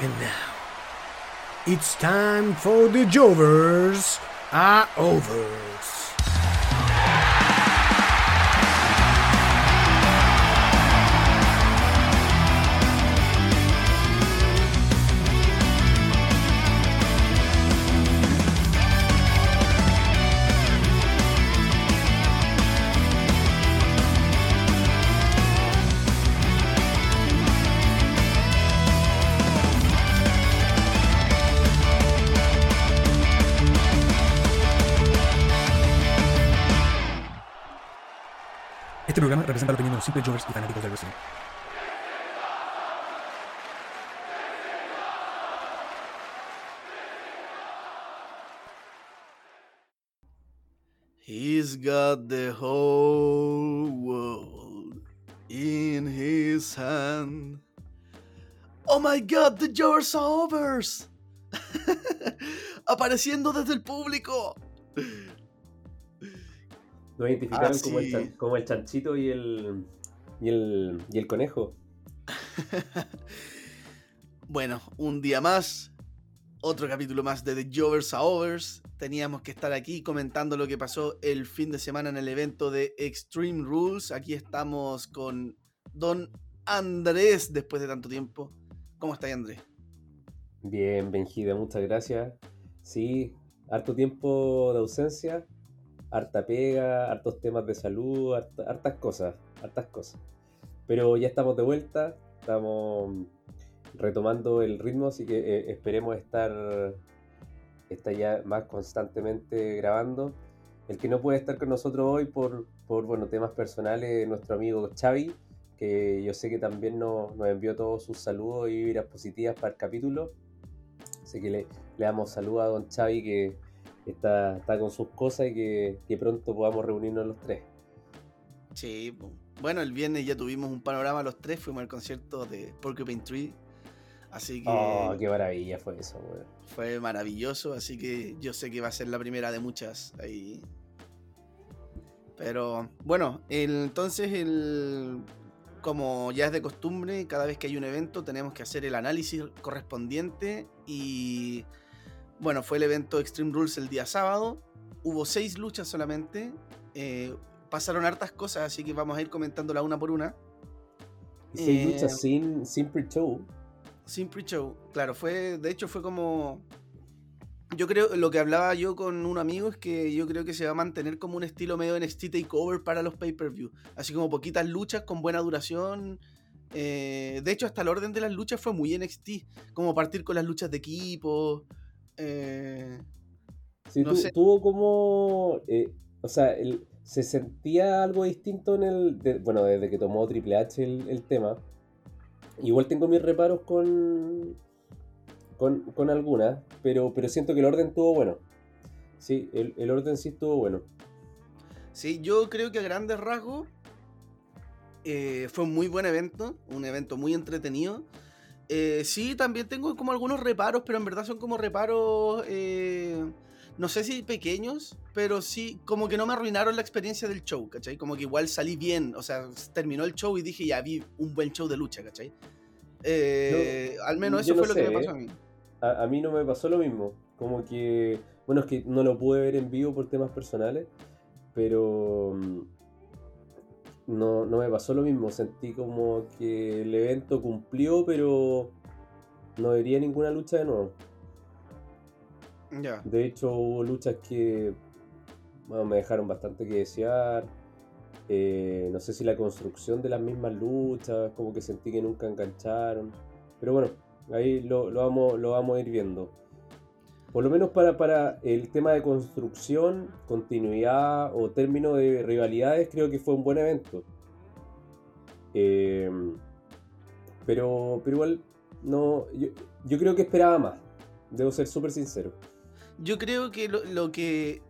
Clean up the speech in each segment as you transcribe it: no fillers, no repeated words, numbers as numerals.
And now, it's time for the Jovers are Overs. Este programa representa la opinión de los simples Jovers y fanáticos del wrestling. He's got the whole world in his hand. Oh my god, the Jovers are Overs. Apareciendo desde el público. Lo identificaron sí. como el chanchito y el conejo. Bueno, un día más, otro capítulo más de The Jovers are Overs. Teníamos que estar aquí comentando lo que pasó el fin de semana en el evento de Extreme Rules. Aquí estamos con Don Andrés después de tanto tiempo. ¿Cómo está, Andrés? Bien, Benjida, muchas gracias. Sí, harto tiempo de ausencia, harta pega, hartos temas de salud, hartas cosas. Pero ya estamos de vuelta, estamos retomando el ritmo, así que esperemos estar ya más constantemente grabando. El que no puede estar con nosotros hoy por temas personales, nuestro amigo Xavi, que yo sé que también nos envió todos sus saludos y vibras positivas para el capítulo. Así que le damos saludos a don Xavi, que está con sus cosas y que pronto podamos reunirnos los tres. Sí, bueno, el viernes ya tuvimos un panorama los tres, fuimos al concierto de Porcupine Tree, así que... Oh, qué maravilla fue eso, güey. Fue maravilloso, así que yo sé que va a ser la primera de muchas ahí. Pero bueno, como ya es de costumbre, cada vez que hay un evento tenemos que hacer el análisis correspondiente. Y bueno, fue el evento Extreme Rules el día sábado. Hubo 6 luchas solamente. Pasaron hartas cosas, así que vamos a ir comentándola una por una. Y 6 luchas sin pre-show. Sin pre-show, claro, de hecho fue como... Yo creo, lo que hablaba yo con un amigo es que yo creo que se va a mantener como un estilo medio NXT TakeOver para los pay-per-view. Así como poquitas luchas con buena duración. De hecho, hasta el orden de las luchas fue muy NXT. Como partir con las luchas de equipo. Sí, no sé. tuvo como... se sentía algo distinto desde que tomó Triple H el tema. Igual tengo mis reparos con algunas, pero siento que el orden estuvo bueno. Sí, el orden sí estuvo bueno. Sí, yo creo que a grandes rasgos fue un muy buen evento, un evento muy entretenido. Sí, también tengo como algunos reparos, pero en verdad son como reparos, no sé si pequeños, pero sí, como que no me arruinaron la experiencia del show, ¿cachai? Como que igual salí bien, o sea, terminó el show y dije, ya vi un buen show de lucha, ¿cachai? Al menos eso fue lo que me pasó a mí. A mí no me pasó lo mismo. Como que... Bueno, es que no lo pude ver en vivo por temas personales, pero no me pasó lo mismo. Sentí como que el evento cumplió, pero no vería ninguna lucha de nuevo. Yeah. De hecho, hubo luchas que me dejaron bastante que desear. No sé si la construcción de las mismas luchas, como que sentí que nunca engancharon. Pero bueno, ahí lo vamos a ir viendo. Por lo menos para el tema de construcción, continuidad o término de rivalidades, creo que fue un buen evento. Pero igual, no, yo creo que esperaba más. Debo ser súper sincero. Yo creo que lo que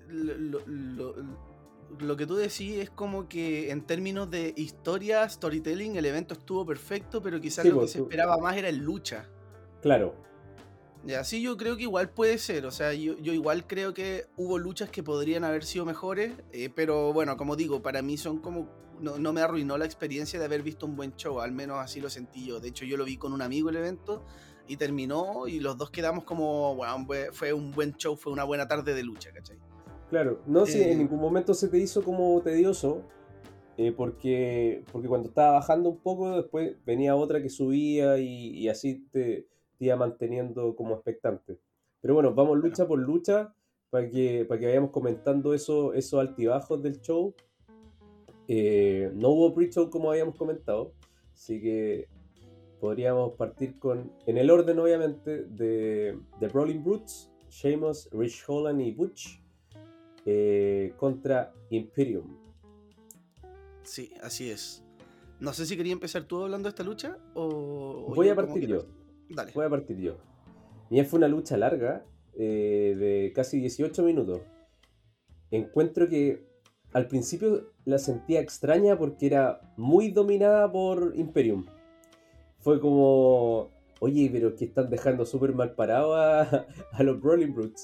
tú decís es como que en términos de historia, storytelling, el evento estuvo perfecto, pero quizás Sí, lo que se esperaba más era en lucha. Claro. Ya, sí, yo creo que igual puede ser, o sea, yo igual creo que hubo luchas que podrían haber sido mejores, pero bueno, como digo, para mí son como, no me arruinó la experiencia de haber visto un buen show, al menos así lo sentí yo. De hecho, yo lo vi con un amigo el evento y terminó y los dos quedamos como, bueno, fue un buen show, fue una buena tarde de lucha, ¿cachai? Claro, no sé, en ningún momento se te hizo como tedioso, porque cuando estaba bajando un poco, después venía otra que subía y así te iba manteniendo como expectante. Pero bueno, vamos Bueno, lucha por lucha para que vayamos comentando esos altibajos del show. No hubo pre-show como habíamos comentado, así que podríamos partir en el orden obviamente, de Brawling Brutes, Sheamus, Rich Holland y Butch contra Imperium. sí, así es. No sé si quería empezar tú hablando de esta lucha o Voy yo a como partir quieras. yo. Dale. Voy a partir yo. Mira, fue una lucha larga, de casi 18 minutos. Encuentro que al principio la sentía extraña porque era muy dominada por Imperium. Fue como, oye, pero es que están dejando súper mal parado a los Brawling Brutes.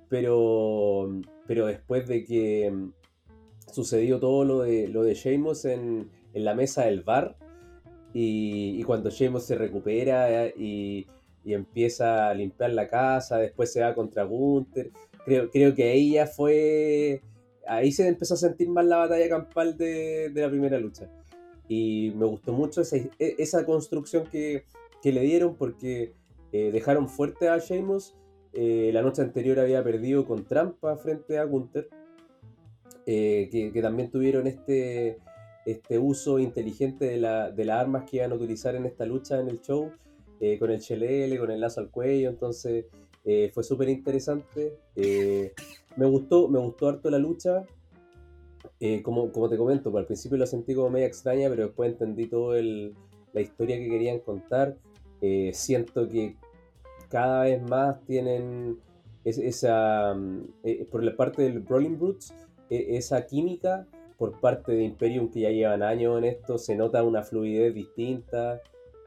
Pero después de que sucedió todo lo de Sheamus en la mesa del bar, y cuando Sheamus se recupera y empieza a limpiar la casa, después se va contra Gunther. Creo que ahí ya fue. Ahí se empezó a sentir más la batalla campal de la primera lucha. Y me gustó mucho esa construcción que le dieron, porque dejaron fuerte a Sheamus. La noche anterior había perdido con trampa frente a Gunther. Que también tuvieron este uso inteligente de las armas que iban a utilizar en esta lucha en el show, con el chelele, con el lazo al cuello. Entonces fue súper interesante. Me gustó harto la lucha. Como te comento, pues, al principio lo sentí como media extraña, pero después entendí toda la historia que querían contar. Siento que cada vez más tienen por la parte del Brawling Brutes, esa química. Por parte de Imperium, que ya llevan años en esto, se nota una fluidez distinta.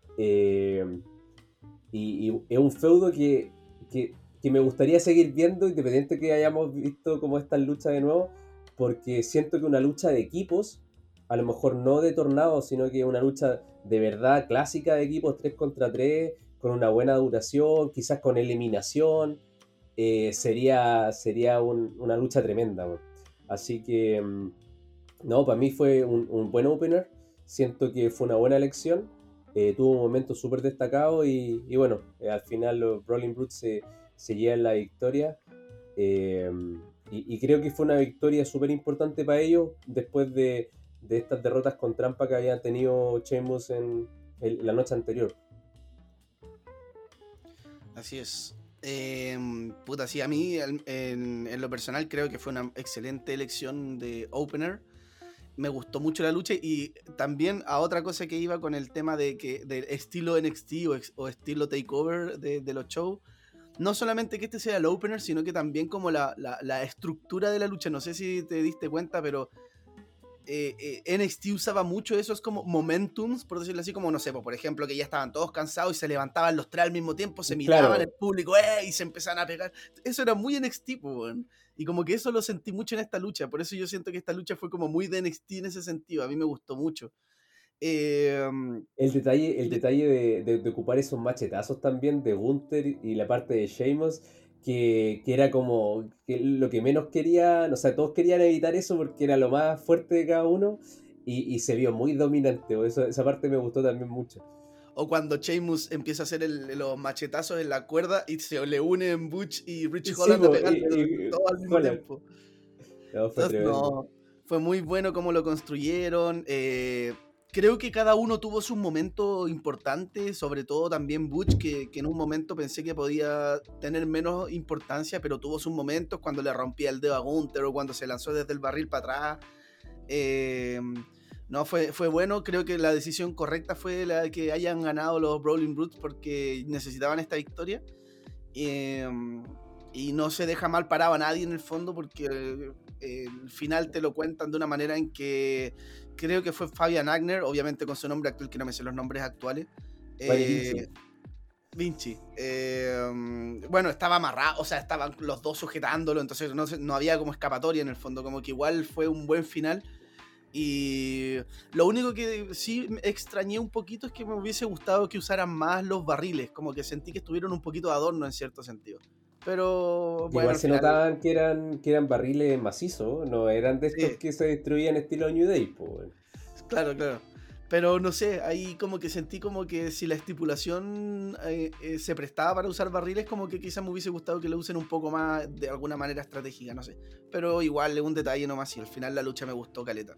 Y es un feudo que me gustaría seguir viendo, independiente que hayamos visto como estas luchas de nuevo, porque siento que una lucha de equipos, a lo mejor no de tornados, sino que una lucha de verdad clásica de equipos 3 contra 3, con una buena duración, quizás con eliminación, sería una lucha tremenda, man. Así que, no, para mí fue un buen opener. Siento que fue una buena elección. Tuvo un momento súper destacado y bueno, al final los Brawling Brutes se llevan la victoria. eh, y creo que fue una victoria súper importante para ellos después de estas derrotas con trampa que habían tenido Sheamus en la noche anterior. Así es. Puta, sí, a mí en lo personal creo que fue una excelente elección de opener. Me gustó mucho la lucha y también a otra cosa que iba con el tema del estilo NXT o estilo takeover de los shows. No solamente que este sea el opener, sino que también como la estructura de la lucha. No sé si te diste cuenta, pero NXT usaba mucho eso, es como momentums, por decirlo así, como no sé, por ejemplo, que ya estaban todos cansados y se levantaban los tres al mismo tiempo, se miraban Claro, el público y se empezaban a pegar. Eso era muy NXT, weón. Y como que eso lo sentí mucho en esta lucha, por eso yo siento que esta lucha fue como muy de NXT en ese sentido, a mí me gustó mucho. Eh, el detalle de ocupar esos machetazos también de Gunther y la parte de Sheamus, que era como que lo que menos querían, o sea, todos querían evitar eso porque era lo más fuerte de cada uno, y se vio muy dominante. Esa parte me gustó también mucho. o cuando Sheamus empieza a hacer los machetazos en la cuerda y se le unen Butch y Rich Sí, Holland a po, pegarle todo al mismo Holland. tiempo. No, fue Entonces, tremendo. no, fue muy bueno cómo lo construyeron. Creo que cada uno tuvo sus momentos importantes, sobre todo también Butch, que en un momento pensé que podía tener menos importancia, pero tuvo sus momentos cuando le rompía el dedo a Gunther o cuando se lanzó desde el barril para atrás. Eh, no, fue bueno. Creo que la decisión correcta fue la de que hayan ganado los Brawling Brutes porque necesitaban esta victoria. Y no se deja mal parado a nadie en el fondo porque el final te lo cuentan de una manera en que creo que fue Fabian Agner, obviamente con su nombre actual, que no me sé los nombres actuales. Vale, Vinci. Vinci. Bueno, estaba amarrado, o sea, estaban los dos sujetándolo, entonces no había como escapatoria en el fondo, como que igual fue un buen final. Y lo único que sí extrañé un poquito es que me hubiese gustado que usaran más los barriles, como que sentí que estuvieron un poquito de adorno en cierto sentido. Pero bueno, Igual al se final, notaban que eran barriles macizos, no eran de estos sí, que se destruían estilo New Day, po, weón. claro, claro. Pero no sé, ahí como que sentí como que si la estipulación se prestaba para usar barriles, como que quizás me hubiese gustado que lo usen un poco más de alguna manera estratégica, no sé. Pero igual es un detalle nomás y al final la lucha me gustó caleta.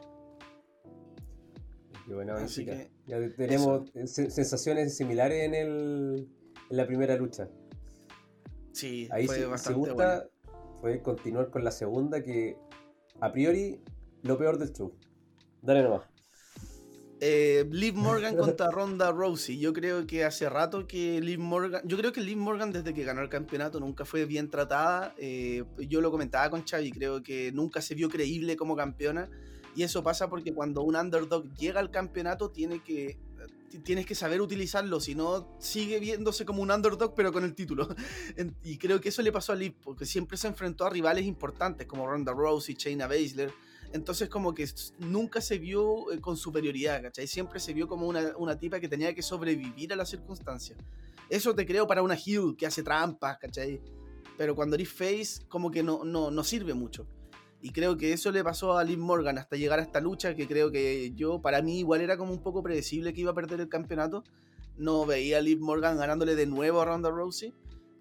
Qué buena Así música. que Ya eso, tenemos sensaciones similares en la primera lucha. sí, Ahí fue si bastante buena. gusta, puede continuar con la segunda, que a priori lo peor del show. Dale nomás. Liv Morgan contra Ronda Rousey. Yo creo que hace rato que Liv Morgan. Yo creo que Liv Morgan, desde que ganó el campeonato, nunca fue bien tratada. Yo lo comentaba con Xavi, creo que nunca se vio creíble como campeona. Y eso pasa porque cuando un underdog llega al campeonato, tienes que saber utilizarlo. Si no, sigue viéndose como un underdog, pero con el título. Y creo que eso le pasó a Liv, porque siempre se enfrentó a rivales importantes como Ronda Rousey, Shayna Baszler. Entonces como que nunca se vio con superioridad, ¿cachai? Siempre se vio como una tipa que tenía que sobrevivir a las circunstancias. Eso te creo para una heel que hace trampas, ¿cachai? Pero cuando eres face, como que no sirve mucho. Y creo que eso le pasó a Liv Morgan hasta llegar a esta lucha, que creo que para mí igual era como un poco predecible que iba a perder el campeonato. No veía a Liv Morgan ganándole de nuevo a Ronda Rousey.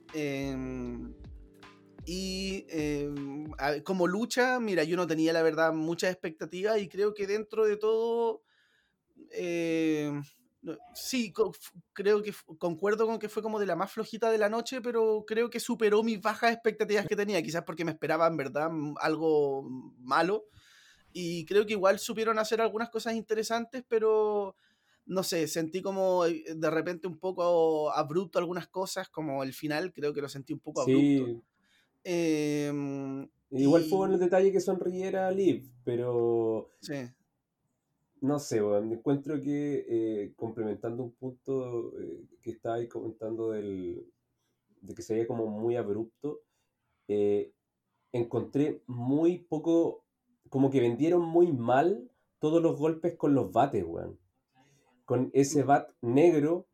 Y como lucha, mira, yo no tenía la verdad muchas expectativas y creo que dentro de todo, eh, sí, creo que concuerdo con que fue como de la más flojita de la noche, pero creo que superó mis bajas expectativas que tenía, quizás porque me esperaba en verdad algo malo. Y creo que igual supieron hacer algunas cosas interesantes, pero no sé, sentí como de repente un poco abrupto algunas cosas, como el final, creo que lo sentí un poco abrupto. Sí, igual fue en el Y detalle que sonriera Liv, pero sí, no sé, weón, encuentro que complementando un punto que estaba ahí comentando de que se veía como muy abrupto, eh, encontré muy poco, como que vendieron muy mal todos los golpes con los bates, weón. Con ese bat negro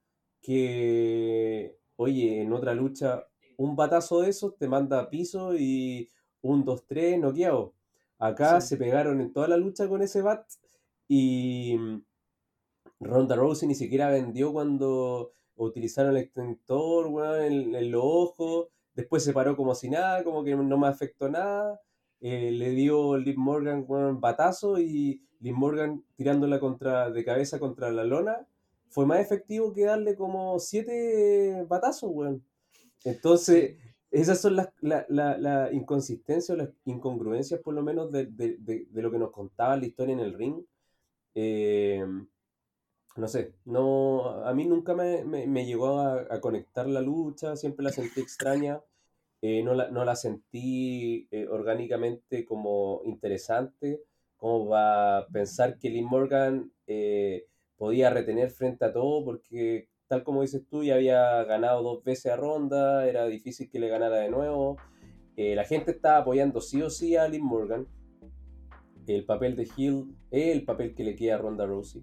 que, oye, en otra lucha, un batazo de esos te manda a piso y un 2-3 noqueado. Acá sí, se pegaron en toda la lucha con ese bat y Ronda Rousey ni siquiera vendió cuando utilizaron el extintor, weón, en los ojos. Después se paró como si nada, como que no me afectó nada. Le dio Liv Morgan, weón, batazo y Liv Morgan tirándola de cabeza contra la lona. Fue más efectivo que darle como 7 batazos, weón. sí, Entonces, esas son las inconsistencias o las incongruencias, por lo menos, de lo que nos contaba la historia en el ring. Eh, no sé, no, a mí nunca me llegó a conectar la lucha, siempre la sentí extraña, no la sentí orgánicamente como interesante, como para pensar que Liv Morgan podía retener frente a todo, porque tal como dices tú, ya había ganado 2 veces a Ronda, era difícil que le ganara de nuevo. La gente estaba apoyando sí o sí a Liv Morgan, el papel de Hill es el papel que le queda a Ronda Rousey.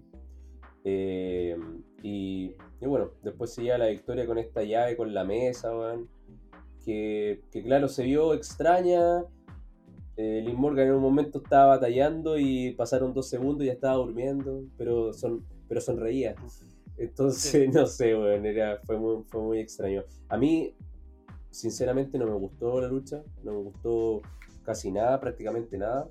Eh, y bueno, después se lleva la victoria con esta llave, con la mesa, weón, que claro, se vio extraña. Liv Morgan en un momento estaba batallando y pasaron 2 segundos y ya estaba durmiendo, pero sonreía. sí. Entonces, no sé, weón, fue muy extraño. A mí, sinceramente, no me gustó la lucha, no me gustó casi nada, prácticamente nada.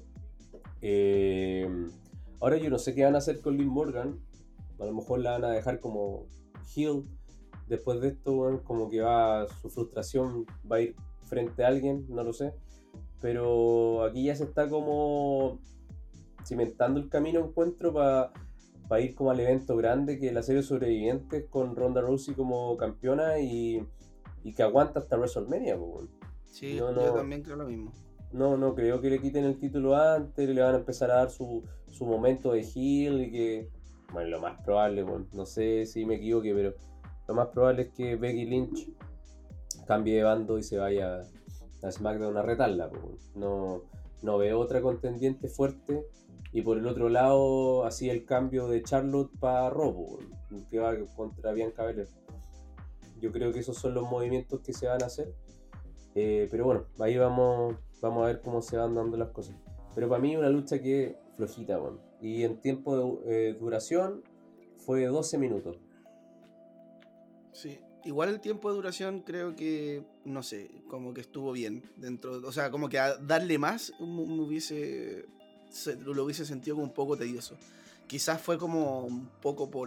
Eh, Ahora yo no sé qué van a hacer con Liv Morgan. A lo mejor la van a dejar como heel. Después de esto, bueno, como que su frustración va a ir frente a alguien, no lo sé. Pero aquí ya se está como cimentando el camino, encuentro, para ir como al evento grande, que es la serie de sobrevivientes con Ronda Rousey como campeona y que aguanta hasta WrestleMania, pues, bueno. Sí, No, yo no, también creo lo mismo. no creo que le quiten el título antes, le van a empezar a dar su momento de heel y que, bueno, lo más probable, bueno, no sé si me equivoqué, pero lo más probable es que Becky Lynch cambie de bando y se vaya a SmackDown a retarla, pues, bueno. No veo otra contendiente fuerte Y por el otro lado, hacía el cambio de Charlotte para Robo, que va contra Bianca Belair. Yo creo que esos son los movimientos que se van a hacer. Pero bueno, ahí vamos a ver cómo se van dando las cosas. Pero para mí una lucha que es flojita, bueno. Y en tiempo de duración fue 12 minutos. Sí. Igual el tiempo de duración creo que, no sé, como que estuvo bien dentro. O sea, como que a darle más lo hubiese sentido como un poco tedioso. Quizás fue como un poco por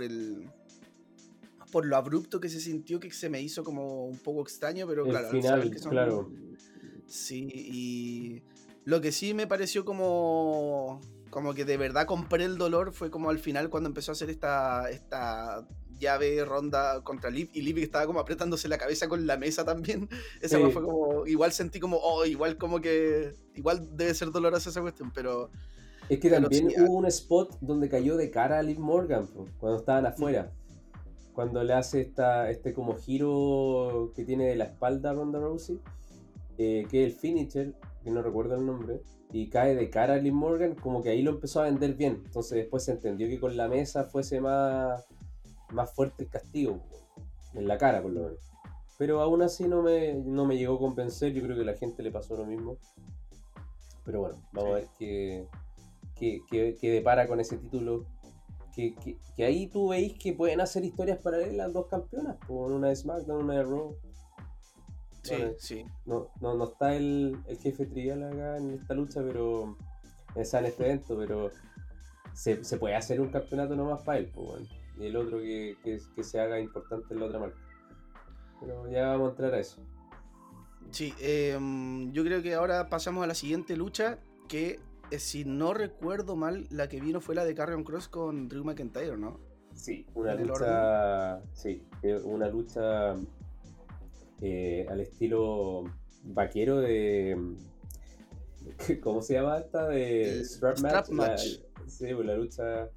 lo abrupto que se sintió, que se me hizo como un poco extraño, pero El claro, al final, saber que son... claro. Sí, y lo que sí me pareció como que de verdad compré el dolor fue como al final cuando empezó a hacer esta llave ronda contra Liv, y Liv estaba como apretándose la cabeza con la mesa también. Esa Sí. fue como, igual sentí como, igual como que, igual debe ser dolorosa esa cuestión, pero... Es que pero también sí, hubo un spot donde cayó de cara a Liv Morgan, po, cuando estaban afuera. Cuando le hace este como giro que tiene de la espalda a Ronda Rousey, que es el finisher, que no recuerdo el nombre, y cae de cara a Liv Morgan, como que ahí lo empezó a vender bien. Entonces después se entendió que con la mesa fuese más fuerte el castigo, en la cara por lo menos. Pero aún así no me llegó a convencer, yo creo que a la gente le pasó lo mismo. Pero bueno, vamos a ver qué depara con ese título. Que ahí tú veis que pueden hacer historias paralelas las dos campeonas, con una de SmackDown, una de Raw. Sí, Bueno, sí. no está el jefe trivial acá en esta lucha, pero en este evento, pero se puede hacer un campeonato nomás para él, pues, bueno. Y el otro que se haga importante en la otra marca. Pero ya vamos a entrar a eso. Sí, yo creo que ahora pasamos a la siguiente lucha, que si no recuerdo mal, la que vino fue la de Karrion Kross con Drew McIntyre, ¿no? Sí, una ¿En el lucha. Sí, una lucha al estilo vaquero de. ¿Cómo se llama esta? De Strap Match. Sí, la lucha.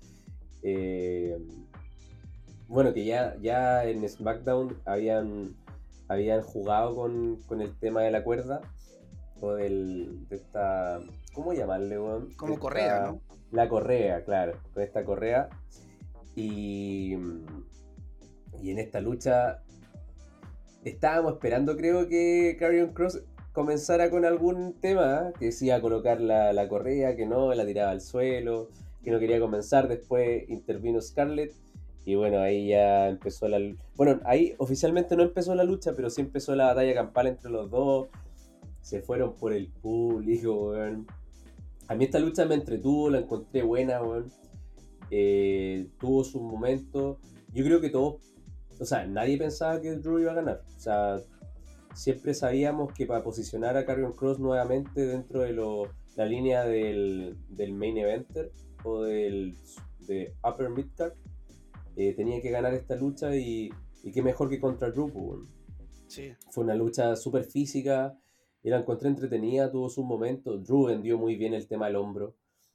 Bueno, que ya en SmackDown habían jugado con el tema de la cuerda. O de esta. ¿Cómo llamarle, weón? Como correa, ¿no? La correa, claro. Con esta correa. Y en esta lucha estábamos esperando, creo, que Karrion Kross comenzara con algún tema, que se iba a colocar la correa, que no, la tiraba al suelo, que no quería comenzar. Después intervino Scarlett. Y bueno, ahí ya empezó Bueno, ahí oficialmente no empezó la lucha, pero sí empezó la batalla campal entre los dos. Se fueron por el público, weón. A mí esta lucha me entretuvo, la encontré buena, weón. Tuvo sus momentos. Yo creo que todos, o sea, nadie pensaba que Drew iba a ganar. O sea, siempre sabíamos que para posicionar a Karrion Kross nuevamente dentro de la línea del main eventer o de upper midcard, tenía que ganar esta lucha, y qué mejor que contra Drew, weón. Sí. Fue una lucha súper física. Y la encontré entretenida, tuvo sus momentos. Drew vendió muy bien el tema del hombro,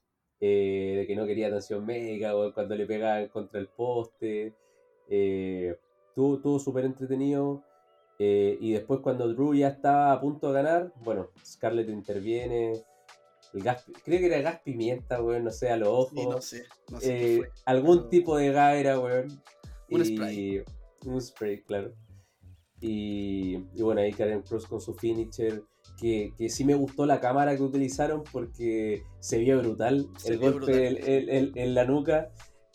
de que no quería atención médica, o cuando le pegaban contra el poste. Tuvo súper entretenido. Y después, cuando Drew ya estaba a punto de ganar, bueno, Scarlett interviene. Creo que era gas pimienta, weón, no sé, a los ojos. Y no sé qué fue. Algún tipo de gas era, weón. Spray. Un spray, claro. Y bueno, ahí Karrion Kross con su finisher, que sí me gustó la cámara que utilizaron, porque se vio brutal el golpe en la nuca.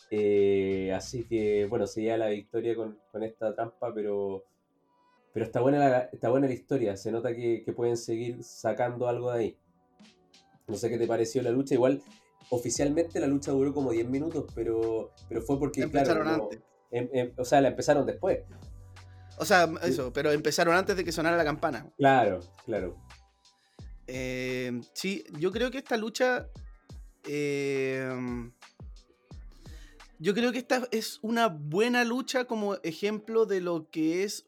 Así que bueno, se lleva la victoria con esta trampa, pero está buena la historia. Se nota que pueden seguir sacando algo de ahí. No sé qué te pareció la lucha. Igual oficialmente la lucha duró como 10 minutos, pero fue porque empezaron claro, antes. o sea, la empezaron después. O sea, eso, pero empezaron antes de que sonara la campana. Claro. Sí, yo creo que esta lucha... yo creo que esta es una buena lucha como ejemplo de lo que es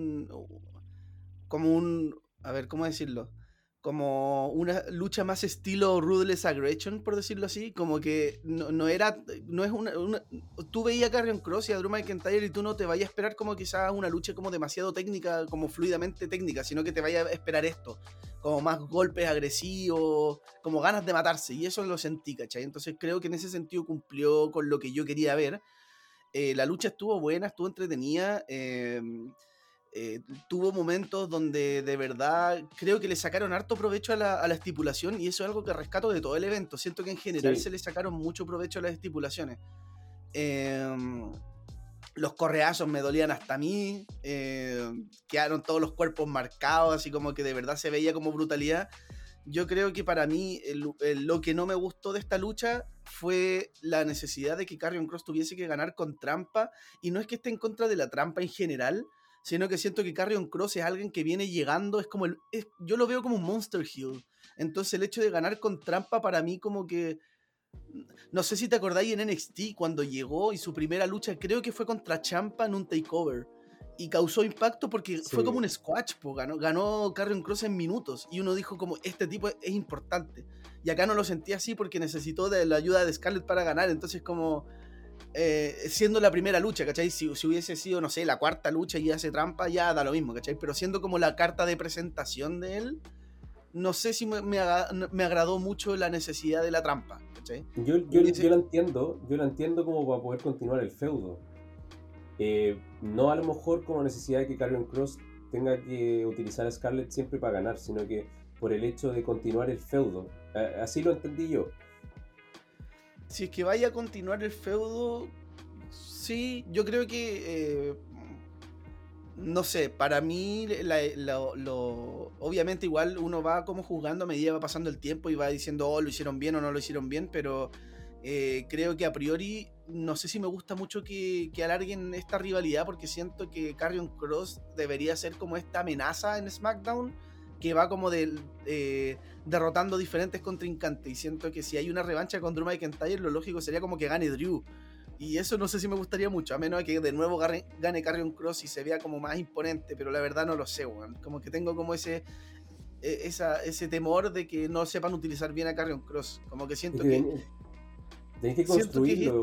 a ver, ¿cómo decirlo? Como una lucha más estilo Ruthless Aggression, por decirlo así. Como que no es tú veías a Karrion Kross y a Drew McIntyre y tú no te vayas a esperar como quizás una lucha como demasiado técnica, como fluidamente técnica, sino que te vayas a esperar esto. como más golpes agresivos, como ganas de matarse, y eso lo sentí, ¿cachai? Entonces creo que en ese sentido cumplió con lo que yo quería ver. La lucha estuvo buena, estuvo entretenida. Tuvo momentos donde de verdad creo que le sacaron harto provecho a la estipulación, y eso es algo que rescato de todo el evento. Siento que en general Sí. se le sacaron mucho provecho a las estipulaciones. Los correazos me dolían hasta a mí, quedaron todos los cuerpos marcados, así como que de verdad se veía como brutalidad. Yo creo que para mí lo que no me gustó de esta lucha fue la necesidad de que Karrion Kross tuviese que ganar con trampa, y no es que esté en contra de la trampa en general, sino que siento que Karrion Kross es alguien que viene llegando, es como yo lo veo como un Monster Heel. Entonces el hecho de ganar con trampa para mí como que, no sé si te acordáis en NXT cuando llegó y su primera lucha creo que fue contra Ciampa en un takeover, y causó impacto porque fue como Sí. un squash, po. Ganó Karrion Kross en minutos, y uno dijo como, este tipo es importante, y acá no lo sentí así porque necesitó de la ayuda de Scarlett para ganar. Entonces como siendo la primera lucha, ¿cachai? Si hubiese sido, no sé, la cuarta lucha y hace trampa, ya da lo mismo, ¿cachai? Pero siendo como la carta de presentación de él, no sé si me agradó mucho la necesidad de la trampa, ¿cachai? Yo lo entiendo como para poder continuar el feudo. No a lo mejor como necesidad de que Karrion Kross tenga que utilizar a Scarlett siempre para ganar, sino que por el hecho de continuar el feudo. Así lo entendí yo. Si es que vaya a continuar el feudo, sí, yo creo que no sé, para mí obviamente igual uno va como juzgando a medida que va pasando el tiempo y va diciendo, oh, lo hicieron bien o no lo hicieron bien, pero creo que a priori no sé si me gusta mucho que alarguen esta rivalidad, porque siento que Karrion Kross debería ser como esta amenaza en SmackDown, que va como derrotando diferentes contrincantes, y siento que si hay una revancha con Drew McIntyre, lo lógico sería como que gane Drew. Y eso no sé si me gustaría mucho, a menos de que de nuevo gane Karrion Kross y se vea como más imponente, pero la verdad no lo sé, weón. Como que tengo como ese temor de que no sepan utilizar bien a Karrion Kross. Como que Es que tenés que siento que es construirlo.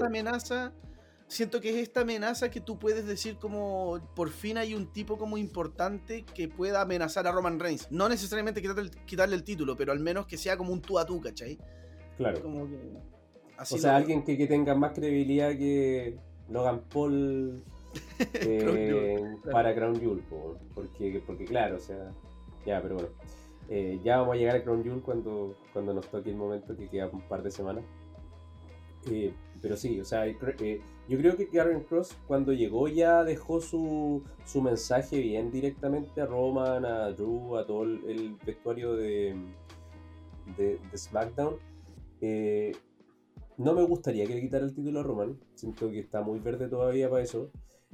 esta amenaza que tú puedes decir como por fin hay un tipo como importante que pueda amenazar a Roman Reigns. No necesariamente quitarle el título, pero al menos que sea como un tú a tú, ¿cachai? Claro. Como que así O sea, lo veo. alguien que tenga más credibilidad que Logan Paul Claro. para Crown Jewel, porque claro, o sea, ya, pero bueno. Ya vamos a llegar a Crown Jewel cuando nos toque el momento, que queda un par de semanas. Pero sí, o sea, yo creo que Karrion Kross cuando llegó ya dejó su mensaje bien directamente a Roman, a Drew, a todo el vestuario de SmackDown. No me gustaría que le quitara el título a Roman, siento que está muy verde todavía para eso.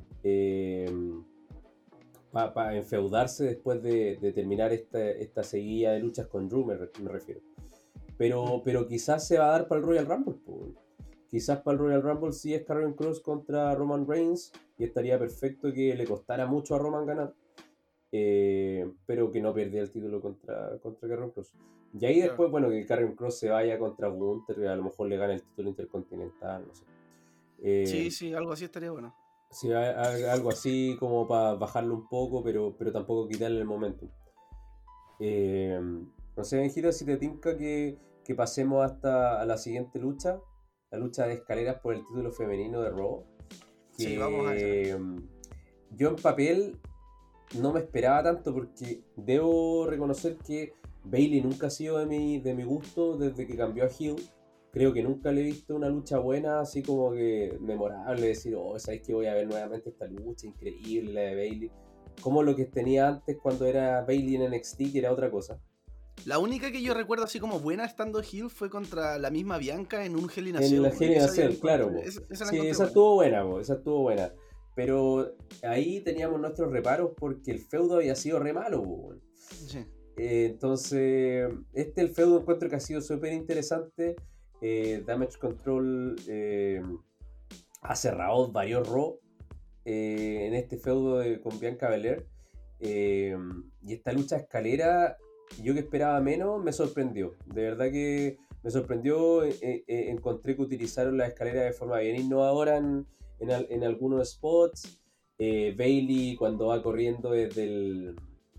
Para enfeudarse después de terminar esta seguida de luchas con Drew, me refiero. Pero quizás se va a dar para el Royal Rumble, pues. Quizás para el Royal Rumble sí es Karrion Kross contra Roman Reigns, y estaría perfecto que le costara mucho a Roman ganar, pero que no perdiera el título contra Karrion Kross. Y ahí después, bueno, que Karrion Kross se vaya contra Gunther, que a lo mejor le gane el título intercontinental, no sé. Sí, algo así estaría bueno. Sí, algo así como para bajarlo un poco, pero tampoco quitarle el momento. No sé, Benjito, si te tinca que pasemos hasta a la siguiente lucha, la lucha de escaleras por el título femenino de Raw. Sí, vamos a ver. Yo en papel no me esperaba tanto, porque debo reconocer que Bayley nunca ha sido de mi gusto desde que cambió a heel. Creo que nunca le he visto una lucha buena, así como que memorable, decir, oh, sabéis que voy a ver nuevamente esta lucha increíble, la de Bayley, como lo que tenía antes cuando era Bayley en NXT, que era otra cosa. La única que yo recuerdo así como buena estando heel fue contra la misma Bianca en un Hell in a En Cell, la weón. Hell in a Esa yo la Cell, claro, po. esa la Sí, encontré esa buena. estuvo buena, po, esa estuvo buena. Pero ahí teníamos nuestros reparos porque el feudo había sido re malo, po. Sí. Entonces, el feudo encuentro que ha sido súper interesante. Damage Control ha cerrado varios Raw en este feudo con Bianca Belair. Y esta lucha escalera, yo que esperaba menos, me sorprendió. De verdad que me sorprendió. Encontré que utilizaron la escalera de forma bien innovadora en algunos spots. Bayley cuando va corriendo desde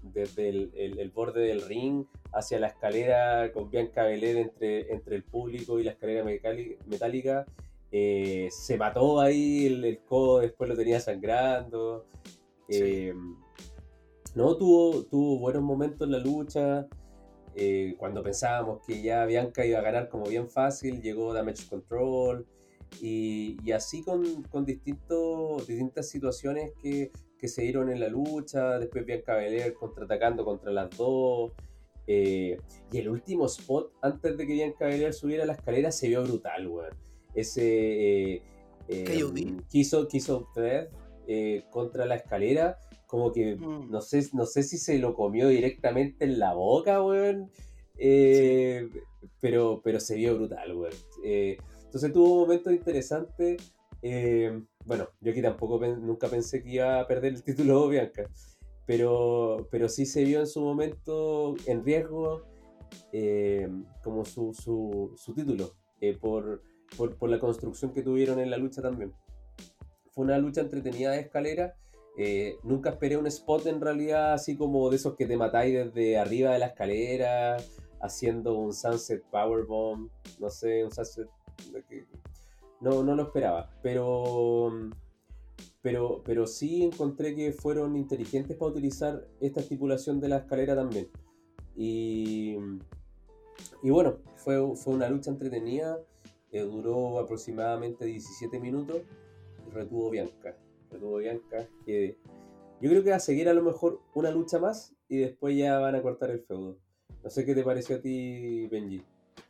desde el borde del ring hacia la escalera con Bianca Belair entre el público y la escalera metálica. Se mató ahí el codo, después lo tenía sangrando. Sí. No, tuvo buenos momentos en la lucha. Cuando pensábamos que ya Bianca iba a ganar como bien fácil, llegó Damage Control. Y así con distintas situaciones que se dieron en la lucha. Después Bianca Belair contraatacando contra las dos. Y el último spot, antes de que Bianca Belair subiera la escalera, se vio brutal, weón. Ese KOD. Kiss of Death contra la escalera, como que no sé si se lo comió directamente en la boca, weón. Sí. Pero se vio brutal, weón. Entonces tuvo momentos interesantes. Bueno, yo aquí tampoco nunca pensé que iba a perder el título Bianca, pero sí se vio en su momento en riesgo como su título, por la construcción que tuvieron en la lucha también. Fue una lucha entretenida de escalera. Nunca esperé un spot en realidad así como de esos que te matáis desde arriba de la escalera haciendo un Sunset Powerbomb, no sé, un Sunset... No lo esperaba, pero sí encontré que fueron inteligentes para utilizar esta estipulación de la escalera también. Y bueno, fue una lucha entretenida, duró aproximadamente 17 minutos y retuvo Bianca, que yo creo que va a seguir a lo mejor una lucha más y después ya van a cortar el feudo. No sé qué te pareció a ti, Benji.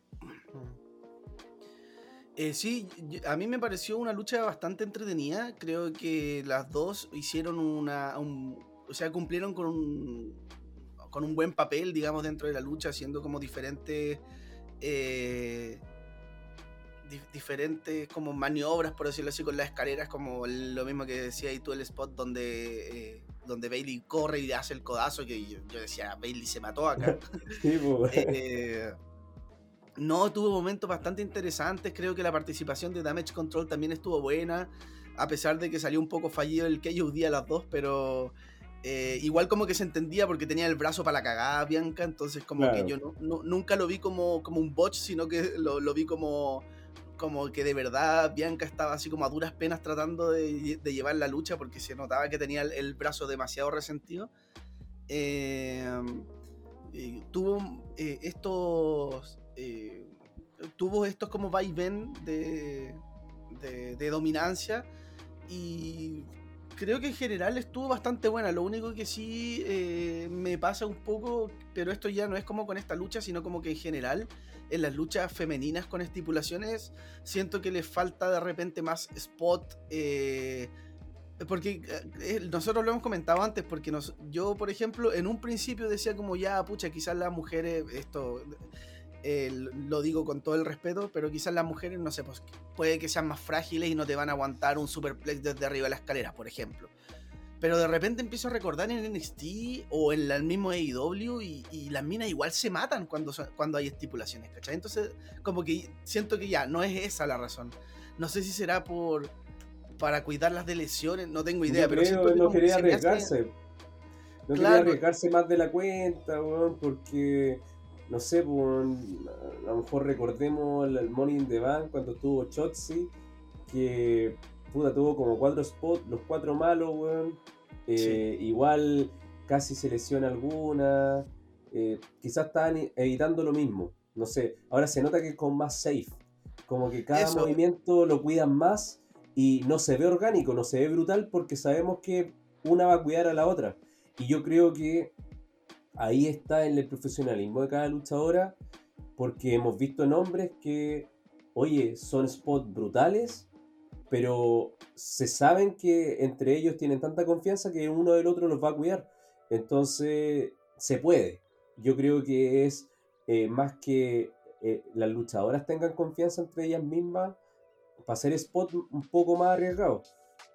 Sí, a mí me pareció una lucha bastante entretenida. Creo que las dos hicieron o sea, cumplieron con un buen papel, digamos, dentro de la lucha, haciendo como diferentes como maniobras, por decirlo así, con las escaleras, como lo mismo que decía ahí tú, el spot donde Bayley corre y hace el codazo, que yo decía, Bayley se mató acá. Sí, pues. No, tuvo momentos bastante interesantes. Creo que la participación de Damage Control también estuvo buena, a pesar de que salió un poco fallido el KOD a las dos, pero igual como que se entendía porque tenía el brazo para la cagada Bianca, entonces como que yo nunca lo vi como un botch, sino que lo vi como que de verdad Bianca estaba así como a duras penas tratando de llevar la lucha, porque se notaba que tenía el brazo demasiado resentido. Tuvo estos como va y ven de dominancia, y creo que en general estuvo bastante buena. Lo único que sí me pasa un poco, pero esto ya no es como con esta lucha, sino como que en general en las luchas femeninas con estipulaciones siento que les falta de repente más spot, porque nosotros lo hemos comentado antes, porque yo por ejemplo en un principio decía como ya, pucha, quizás las mujeres, esto lo digo con todo el respeto, pero quizás las mujeres, no sé, pues puede que sean más frágiles y no te van a aguantar un superplex desde arriba de la escalera, por ejemplo. Pero de repente empiezo a recordar en NXT o en el mismo AEW y las minas igual se matan cuando hay estipulaciones, ¿cachai? Entonces como que siento que ya no es esa la razón. No sé si será para cuidarlas de lesiones, no tengo idea, Yo pero creo siento que que no como que quería se me hace... arriesgarse. No quería Claro, arriesgarse más de la cuenta, weón, porque, no sé, pues, a lo mejor recordemos el Money in the Bank cuando estuvo Chotzi, que puta, tuvo como 4 spots, los 4 malos, weón. sí. Igual casi se lesiona alguna. Quizás estaban evitando lo mismo. No sé, ahora se nota que es con más safe. Como que cada Eso, movimiento lo cuidan más y no se ve orgánico, no se ve brutal porque sabemos que una va a cuidar a la otra. Y yo creo que ahí está el profesionalismo de cada luchadora, porque hemos visto nombres que, oye, son spots brutales, pero se saben que entre ellos tienen tanta confianza que uno del otro los va a cuidar. Entonces, se puede. Yo creo que es más que las luchadoras tengan confianza entre ellas mismas para hacer spots un poco más arriesgados.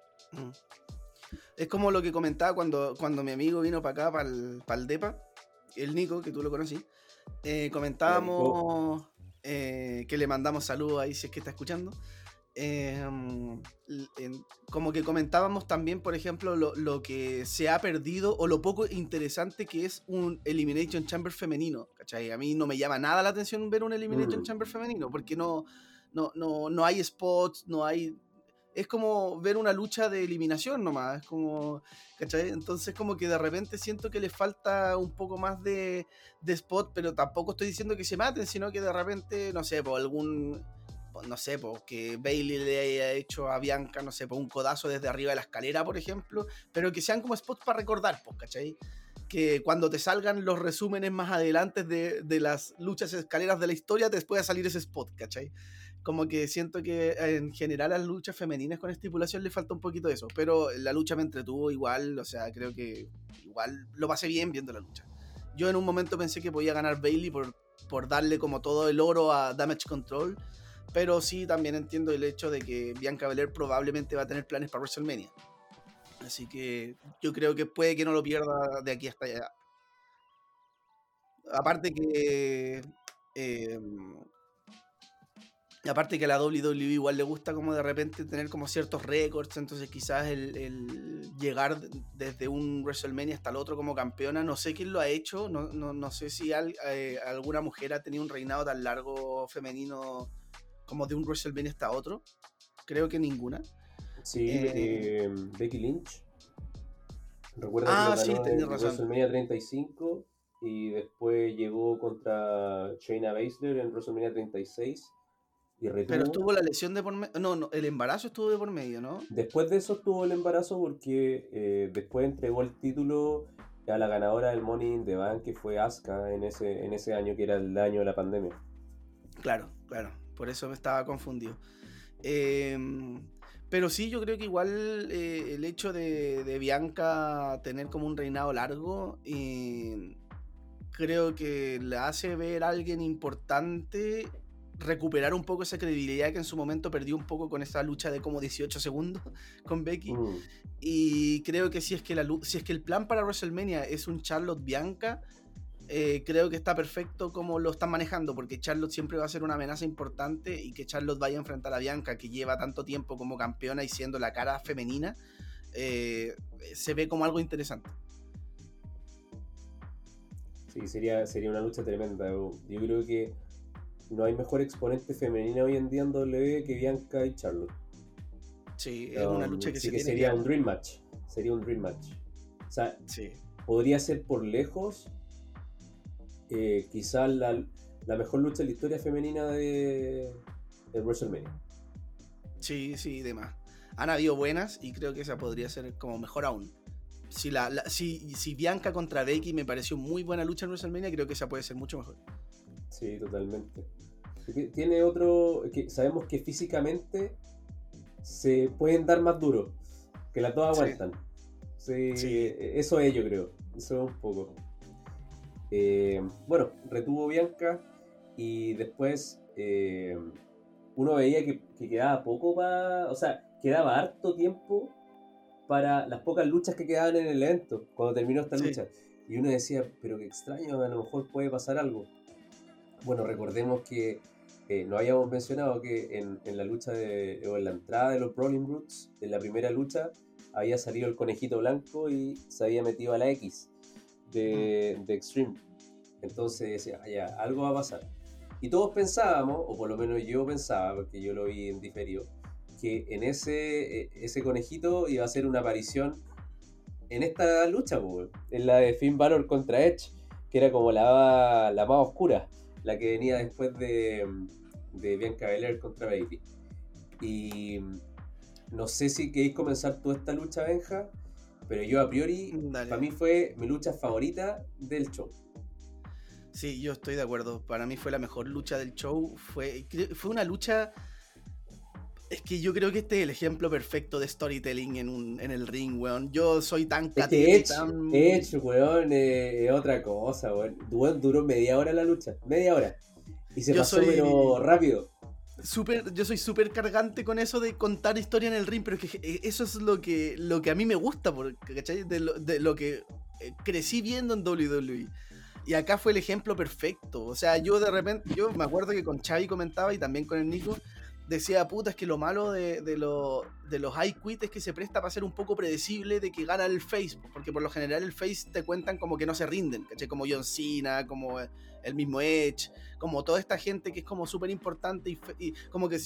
es como lo que comentaba cuando mi amigo vino para acá, para el DEPA, el Nico, que tú lo conocí. Comentábamos que le mandamos saludos ahí si es que está escuchando. como que comentábamos también, por ejemplo, lo que se ha perdido o lo poco interesante que es un Elimination Chamber femenino, ¿cachai? A mí no me llama nada la atención ver un Elimination Chamber femenino, porque no hay spots, no hay... Es como ver una lucha de eliminación nomás, es como, ¿cachai? Entonces como que de repente siento que le falta un poco más de spot, pero tampoco estoy diciendo que se maten, sino que de repente, no sé, por algún... No sé, pues que Bailey le haya hecho a Bianca, no sé, por un codazo desde arriba de la escalera, por ejemplo, pero que sean como spots para recordar, pues, ¿cachai? Que cuando te salgan los resúmenes más adelante de las luchas escaleras de la historia, te pueda salir ese spot, ¿cachai? Como que siento que en general a las luchas femeninas con estipulación le falta un poquito de eso, pero la lucha me entretuvo igual, o sea, creo que igual lo pasé bien viendo la lucha. Yo en un momento pensé que podía ganar Bailey por darle como todo el oro a Damage Control, pero sí también entiendo el hecho de que Bianca Belair probablemente va a tener planes para WrestleMania. Así que yo creo que puede que no lo pierda de aquí hasta allá. Aparte que... eh, aparte que a la WWE igual le gusta como de repente tener como ciertos récords, entonces quizás el llegar desde un WrestleMania hasta el otro como campeona, no sé quién lo ha hecho, no sé si alguna mujer ha tenido un reinado tan largo femenino como de un WrestleMania hasta otro. Creo que ninguna. Sí, Becky Lynch. Recuerda que lo Sí, ganó tenés en razón. WrestleMania 35 y después llegó contra Shayna Baszler en WrestleMania 36 y Pero retuvo. estuvo la lesión de por medio. No, el embarazo estuvo de por medio, ¿no? Después de eso estuvo el embarazo porque después entregó el título a la ganadora del Money in the Bank, que fue Asuka en ese año, que era el año de la pandemia. Claro. Por eso me estaba confundido. Pero sí, yo creo que igual el hecho de Bianca tener como un reinado largo, creo que le hace ver a alguien importante recuperar un poco esa credibilidad que en su momento perdió un poco con esa lucha de como 18 segundos con Becky. Y creo que si es que el plan para WrestleMania es un Charlotte Bianca, creo que está perfecto como lo están manejando, porque Charlotte siempre va a ser una amenaza importante, y que Charlotte vaya a enfrentar a Bianca, que lleva tanto tiempo como campeona y siendo la cara femenina, se ve como algo interesante. Sí, sería una lucha tremenda. Yo creo que no hay mejor exponente femenina hoy en día en WWE que Bianca y Charlotte. Sí, es una lucha que sí, se que tiene sería que un dream match. Sería un dream match. O sea, sí. podría ser por lejos quizás la mejor lucha de la historia femenina de WrestleMania. Sí, demás. Han habido buenas y creo que esa podría ser como mejor aún. Si Bianca contra Becky me pareció muy buena lucha en WrestleMania, creo que esa puede ser mucho mejor. Sí, totalmente. Tiene otro que sabemos que físicamente se pueden dar más duro, que las dos aguantan. Sí. Eso es, yo creo. Eso es un poco. Bueno, retuvo Bianca y después uno veía que quedaba poco o sea, quedaba harto tiempo para las pocas luchas que quedaban en el evento cuando terminó esta lucha. Y uno decía, pero qué extraño, a lo mejor puede pasar algo. Bueno, recordemos que no habíamos mencionado que en la lucha o en la entrada de los Brawling Brutes, en la primera lucha, había salido el conejito blanco y se había metido a la X de Extreme. Entonces decía, ya, algo va a pasar. Y todos pensábamos, o por lo menos yo pensaba, porque yo lo vi en diferido, que en ese conejito iba a hacer una aparición en esta lucha, en la de Finn Balor contra Edge, que era como la más oscura, la que venía después de Bianca Belair contra Bailey. Y no sé si queréis comenzar toda esta lucha, Benja, pero yo a priori, para mí fue mi lucha favorita del show. Sí, yo estoy de acuerdo. Para mí fue la mejor lucha del show. Fue una lucha... Es que yo creo que este es el ejemplo perfecto de storytelling en el ring, weón. Yo soy tan catete, Edge, weón, es otra cosa, weón. Duró media hora la lucha, media hora. Y se pasó pero rápido. Yo soy súper cargante con eso de contar historia en el ring, pero es que eso es lo que a mí me gusta, ¿cachai? De lo que crecí viendo en WWE. Y acá fue el ejemplo perfecto. O sea, yo de repente, yo me acuerdo que con Xavi comentaba y también con el Nico, decía, puta, es que lo malo de los I Quit es que se presta para ser un poco predecible de que gana el face, porque por lo general el face te cuentan como que no se rinden, ¿cachai? Como John Cena, como el mismo Edge, como toda esta gente que es como súper importante y como que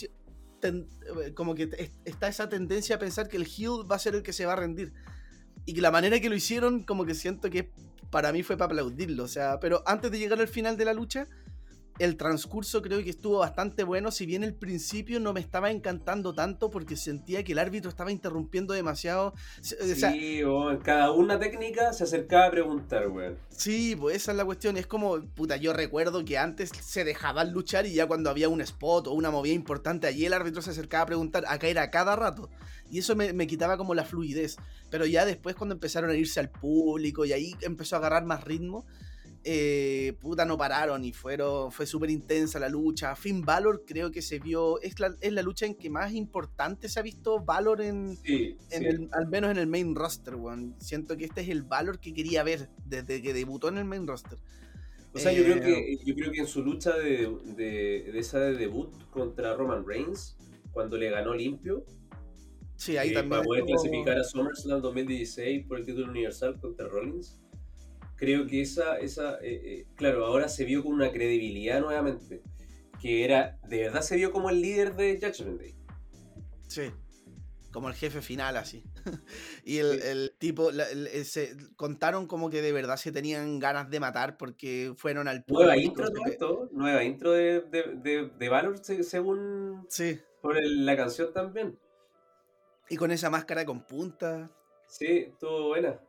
está esa tendencia a pensar que el heel va a ser el que se va a rendir. Y que la manera que lo hicieron, como que siento que para mí fue para aplaudirlo. O sea, pero antes de llegar al final de la lucha, el transcurso creo que estuvo bastante bueno. Si bien el principio no me estaba encantando tanto porque sentía que el árbitro estaba interrumpiendo demasiado. O sea, Sí, en cada una técnica se acercaba a preguntar, weón. sí, pues esa es la cuestión. Es como, puta, yo recuerdo que antes se dejaban luchar y ya cuando había un spot o una movida importante, allí el árbitro se acercaba a preguntar. Acá era cada rato. Y eso me quitaba como la fluidez. Pero ya después cuando empezaron a irse al público y ahí empezó a agarrar más ritmo, puta, no pararon y fue súper intensa la lucha. Finn Balor creo que se vio, es la lucha en que más importante se ha visto Balor al menos en el main roster, weón. Siento que este es el Balor que quería ver desde que debutó en el main roster. O sea, yo creo que en su lucha de esa de debut contra Roman Reigns, cuando le ganó limpio, sí, ahí también para poder clasificar a SummerSlam 2016 por el título universal contra Rollins, creo que claro, ahora se vio con una credibilidad nuevamente, que de verdad se vio como el líder de Judgment Day. Sí, como el jefe final así. Y el tipo, contaron como que de verdad se tenían ganas de matar porque fueron al público. Nueva intro de Valor según sí. Por la canción también. Y con esa máscara con punta. Sí, estuvo buena.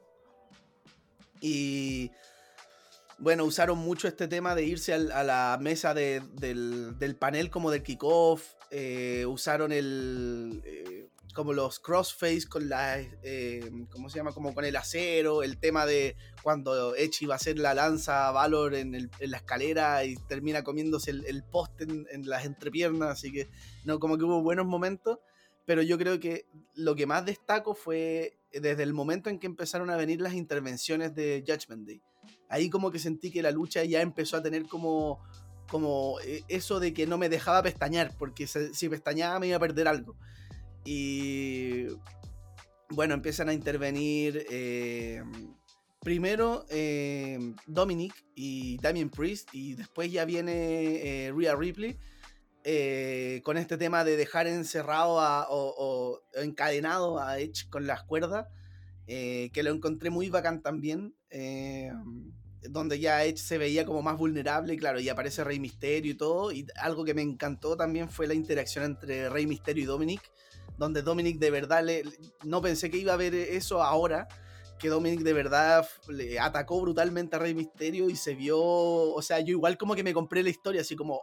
Y bueno, usaron mucho este tema de irse a la mesa del panel como del kickoff. Usaron como los crossface con ¿cómo se llama? Como con el acero. El tema de cuando Edge iba a hacer la lanza a Valor en la escalera y termina comiéndose el poste en las entrepiernas. Así que no, como que hubo buenos momentos. Pero yo creo que lo que más destaco fue desde el momento en que empezaron a venir las intervenciones de Judgment Day. Ahí como que sentí que la lucha ya empezó a tener como eso de que no me dejaba pestañear, porque si pestañaba me iba a perder algo. Y bueno, empiezan a intervenir primero Dominic y Damien Priest, y después ya viene Rhea Ripley. Con este tema de dejar encerrado o encadenado a Edge con las cuerdas, que lo encontré muy bacán también, donde ya Edge se veía como más vulnerable, y claro, y aparece Rey Mysterio y todo, y algo que me encantó también fue la interacción entre Rey Mysterio y Dominic, donde Dominic de verdad no pensé que iba a ver eso ahora, que Dominic de verdad le atacó brutalmente a Rey Mysterio y se vio, o sea, yo igual como que me compré la historia, así como,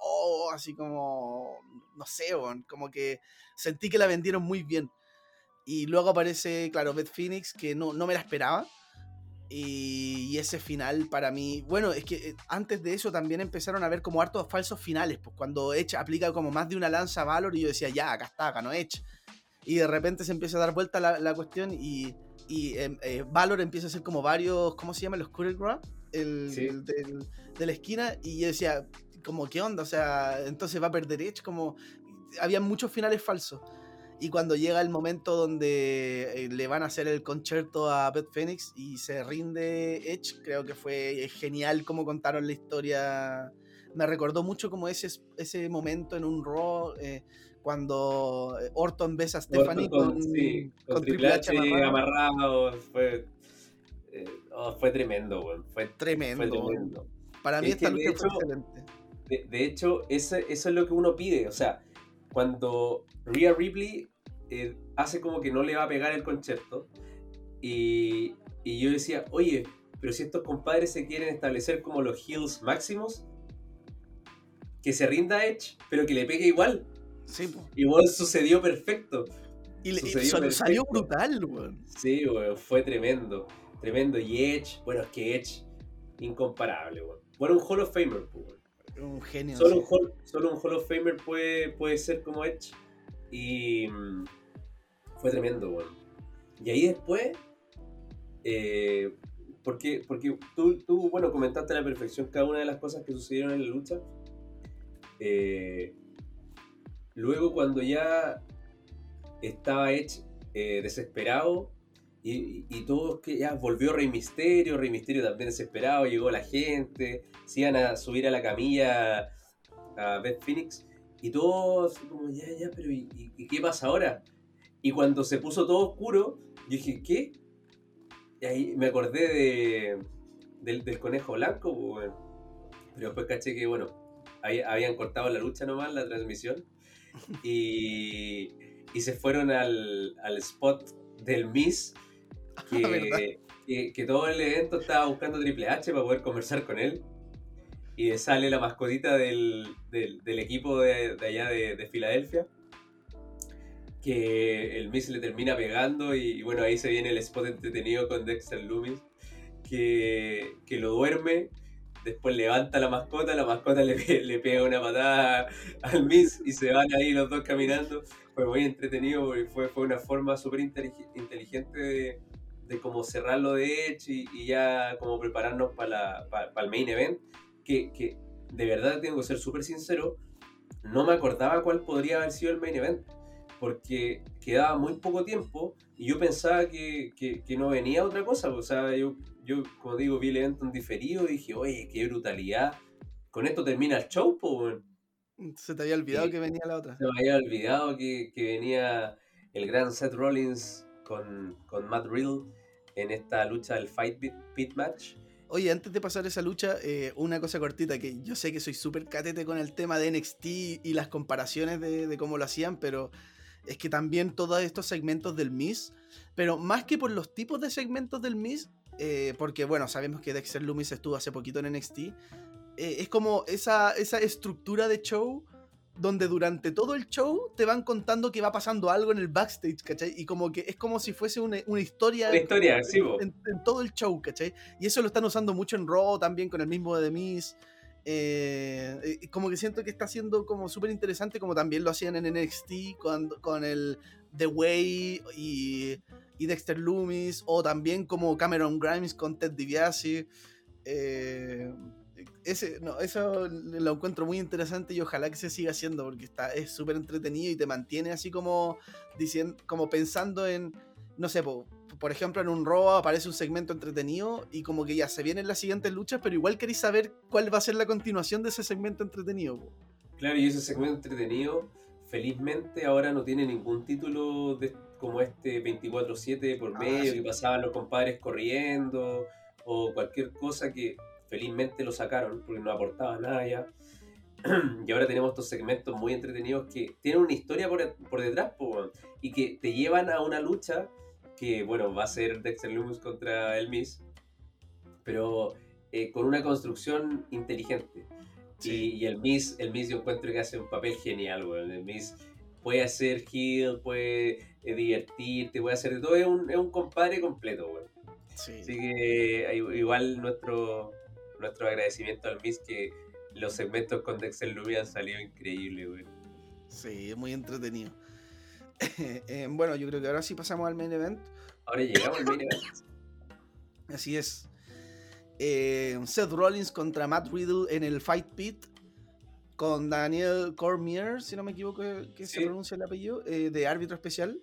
no sé, como que sentí que la vendieron muy bien. Y luego aparece, claro, Beth Phoenix, que no me la esperaba. Y ese final para mí, bueno, es que antes de eso también empezaron a ver como hartos falsos finales, pues cuando Edge aplica como más de una lanza a Valor y yo decía, ya, acá está, ganó Edge. Y de repente se empieza a dar vuelta la cuestión y Valor empieza a hacer como varios, ¿cómo se llama? Los Curl Grab, de la esquina, y yo decía, como, ¿qué onda? O sea, entonces va a perder Edge, como, había muchos finales falsos. Y cuando llega el momento donde le van a hacer el concierto a Beth Phoenix y se rinde Edge, creo que fue genial como contaron la historia. Me recordó mucho como ese momento en un Raw, cuando Orton besa a Stephanie con Triple H amarrado. Fue tremendo, güey. Fue tremendo. Para mí esta lucha fue excelente. De hecho, eso es lo que uno pide. O sea, cuando Rhea Ripley hace como que no le va a pegar el concierto, y yo decía, oye, pero si estos compadres se quieren establecer como los heels máximos, que se rinda Edge, pero que le pegue igual. Sí, po. Igual sucedió perfecto. Salió brutal, weón. Sí, weón, fue tremendo. Y Edge, bueno, es que Edge, incomparable, weón. Bueno, un Hall of Famer, weón. Un genio. Solo un Hall of Famer puede ser como Edge. Y fue tremendo, weón. Y ahí después, porque tú, bueno, comentaste a la perfección cada una de las cosas que sucedieron en la lucha. luego cuando ya estaba Edge desesperado y todos que ya volvió Rey Mysterio también desesperado, llegó la gente, se iban a subir a la camilla a Beth Phoenix y todos como ya, pero ¿y qué pasa ahora? Y cuando se puso todo oscuro, yo dije, ¿qué? Y ahí me acordé del conejo blanco, pues, bueno. Pero después caché que, bueno, habían cortado la lucha nomás, la transmisión, y, y se fueron al spot del Miz, ¿Verdad? que todo el evento estaba buscando Triple H para poder conversar con él. Y sale la mascotita del equipo de allá de Filadelfia, que el Miz le termina pegando y bueno, ahí se viene el spot entretenido con Dexter Lumis, que lo duerme, después levanta la mascota le pega una patada al Miz y se van ahí los dos caminando. Fue muy entretenido porque fue una forma súper inteligente de cómo cerrar lo de Edge y ya como prepararnos para el main event, que de verdad tengo que ser súper sincero, no me acordaba cuál podría haber sido el main event, porque quedaba muy poco tiempo y yo pensaba que no venía otra cosa. O sea, yo como digo, vi el evento en diferido y dije, oye, qué brutalidad. Con esto termina el show, pues. Se te había olvidado que venía la otra. Se me había olvidado que venía el gran Seth Rollins con Matt Riddle en esta lucha del Fight Pit Match. Oye, antes de pasar esa lucha, una cosa cortita, que yo sé que soy súper catete con el tema de NXT y las comparaciones de cómo lo hacían, pero es que también todos estos segmentos del Miz, pero más que por los tipos de segmentos del Miz, porque bueno, sabemos que Dexter Lumis estuvo hace poquito en NXT, es como esa estructura de show donde durante todo el show te van contando que va pasando algo en el backstage, ¿cachai? Y como que es como si fuese una historia Una historia, sí, vos. en todo el show, ¿cachai? Y eso lo están usando mucho en Raw también con el mismo de The Miz. Como que siento que está siendo como súper interesante, como también lo hacían en NXT con el The Way y Dexter Lumis, o también como Cameron Grimes con Ted DiBiase. Eso lo encuentro muy interesante y ojalá que se siga haciendo porque es súper entretenido y te mantiene así como diciendo, como pensando en, no sé, por ejemplo en un Raw aparece un segmento entretenido y como que ya se vienen las siguientes luchas, pero igual queréis saber cuál va a ser la continuación de ese segmento entretenido. Claro, y ese segmento entretenido, felizmente ahora no tiene ningún título como este 24/7 por medio, Sí. que pasaban los compadres corriendo, o cualquier cosa que felizmente lo sacaron, porque no aportaba nada ya. Y ahora tenemos estos segmentos muy entretenidos que tienen una historia por detrás, y que te llevan a una lucha que, bueno, va a ser Dexter Lumis contra el Miz, pero con una construcción inteligente. Sí. Y el Miz yo encuentro que hace un papel genial, weón. El Miz puede hacer heel, puede divertirte, puede hacer de todo. Es un compadre completo, weón. Sí. Así que igual nuestro agradecimiento al Miz, que los segmentos con Dexter Lumis han salido increíbles, weón. Sí, es muy entretenido. Bueno, yo creo que ahora sí pasamos al main event. Ahora llegamos al main event. Así es. Seth Rollins contra Matt Riddle en el Fight Pit con Daniel Cormier, si no me equivoco que Sí. se pronuncia el apellido, de árbitro especial.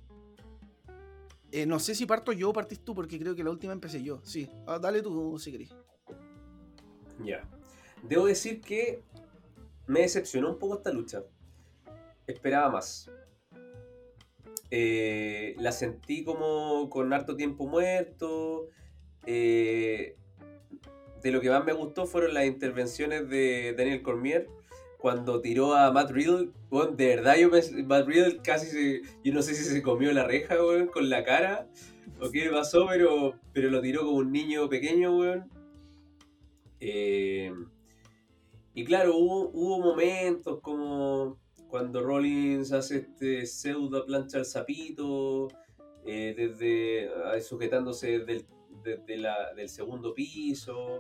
No sé si parto yo o partís tú, porque creo que la última empecé yo. Sí, dale tú si querés. Ya. Debo decir que me decepcionó un poco esta lucha. Esperaba más. La sentí como con harto tiempo muerto. De lo que más me gustó fueron las intervenciones de Daniel Cormier cuando tiró a Matt Riddle. Bueno, de verdad, Matt Riddle casi yo no sé si se comió la reja, weón, con la cara o qué pasó, pero lo tiró como un niño pequeño, weón. Y claro, hubo momentos como cuando Rollins hace este pseudo plancha al sapito, sujetándose del segundo piso.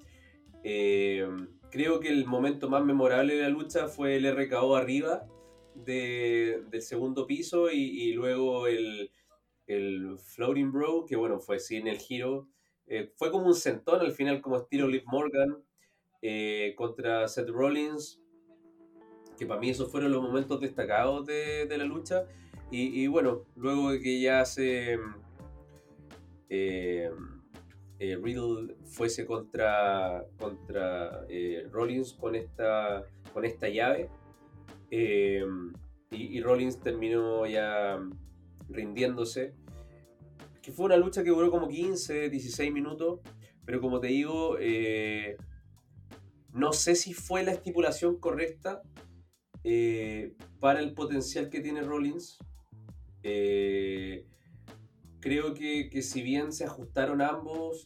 Creo que el momento más memorable de la lucha fue el RKO arriba del segundo piso y luego el Floating Bro, que bueno, fue sin el giro. Fue como un sentón al final, como estilo Liv Morgan contra Seth Rollins, que para mí esos fueron los momentos destacados de la lucha. Y bueno, luego de que ya Riddle fuese contra Rollins con esta llave, y Rollins terminó ya rindiéndose, que fue una lucha que duró como 15, 16 minutos, pero como te digo, no sé si fue la estipulación correcta para el potencial que tiene Rollins. Creo que si bien se ajustaron ambos,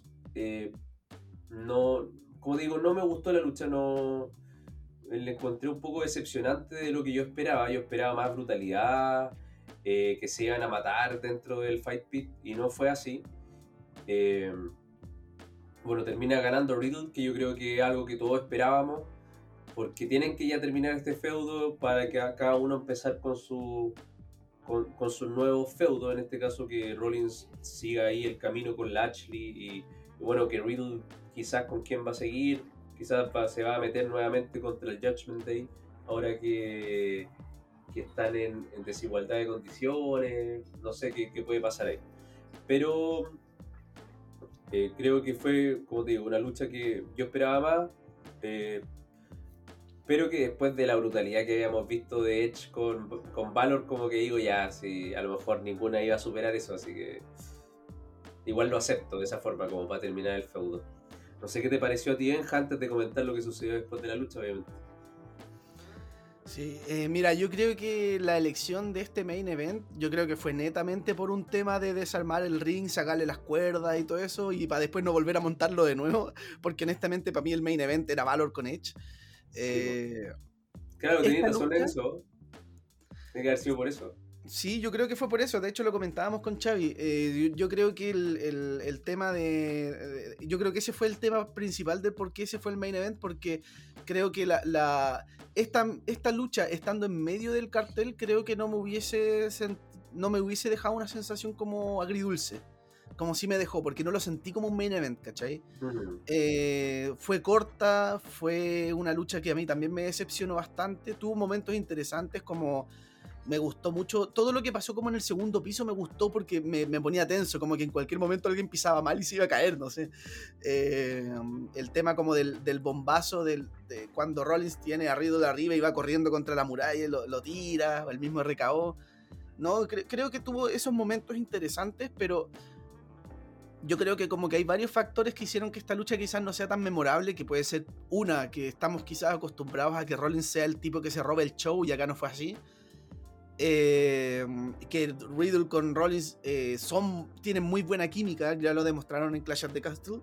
no, como digo, no me gustó la lucha, no, la encontré un poco decepcionante de lo que yo esperaba. Yo esperaba más brutalidad, que se iban a matar dentro del Fight Pit, y no fue así. Bueno, termina ganando Riddle, que yo creo que es algo que todos esperábamos, porque tienen que ya terminar este feudo para que cada uno empezar con su nuevo feudo, en este caso que Rollins siga ahí el camino con Lashley, y bueno, que Riddle quizás con quién va a seguir, quizás se va a meter nuevamente contra el Judgment Day, ahora que están en desigualdad de condiciones, no sé qué puede pasar ahí. Pero creo que fue, como te digo, una lucha que yo esperaba más, pero que después de la brutalidad que habíamos visto de Edge con Valor, como que digo, ya, sí, a lo mejor ninguna iba a superar eso, así que igual lo acepto de esa forma, como para terminar el feudo. No sé qué te pareció a ti, Benja, antes de comentar lo que sucedió después de la lucha, obviamente. Sí, mira, yo creo que la elección de este main event, yo creo que fue netamente por un tema de desarmar el ring, sacarle las cuerdas y todo eso, y para después no volver a montarlo de nuevo, porque honestamente para mí el main event era Valor con Edge. Claro, tenías razón en lucha, eso. Tiene que haber sido por eso. Sí, yo creo que fue por eso. De hecho, lo comentábamos con Xavi. Yo creo que el tema yo creo que ese fue el tema principal de por qué ese fue el main event, porque creo que esta lucha, estando en medio del cartel, creo que no me hubiese dejado una sensación como agridulce. Como si me dejó, porque no lo sentí como un main event, ¿cachai? Uh-huh. Fue corta, fue una lucha que a mí también me decepcionó bastante. Tuvo momentos interesantes, como me gustó mucho. Todo lo que pasó como en el segundo piso me gustó porque me ponía tenso, como que en cualquier momento alguien pisaba mal y se iba a caer, no sé. El tema como del bombazo de cuando Rollins tiene a Riddle arriba y va corriendo contra la muralla y lo tira, el mismo RKO. No, creo que tuvo esos momentos interesantes, pero yo creo que como que hay varios factores que hicieron que esta lucha quizás no sea tan memorable, que puede ser una, que estamos quizás acostumbrados a que Rollins sea el tipo que se robe el show y acá no fue así. Que Riddle con Rollins tienen muy buena química, ya lo demostraron en Clash of the Castle,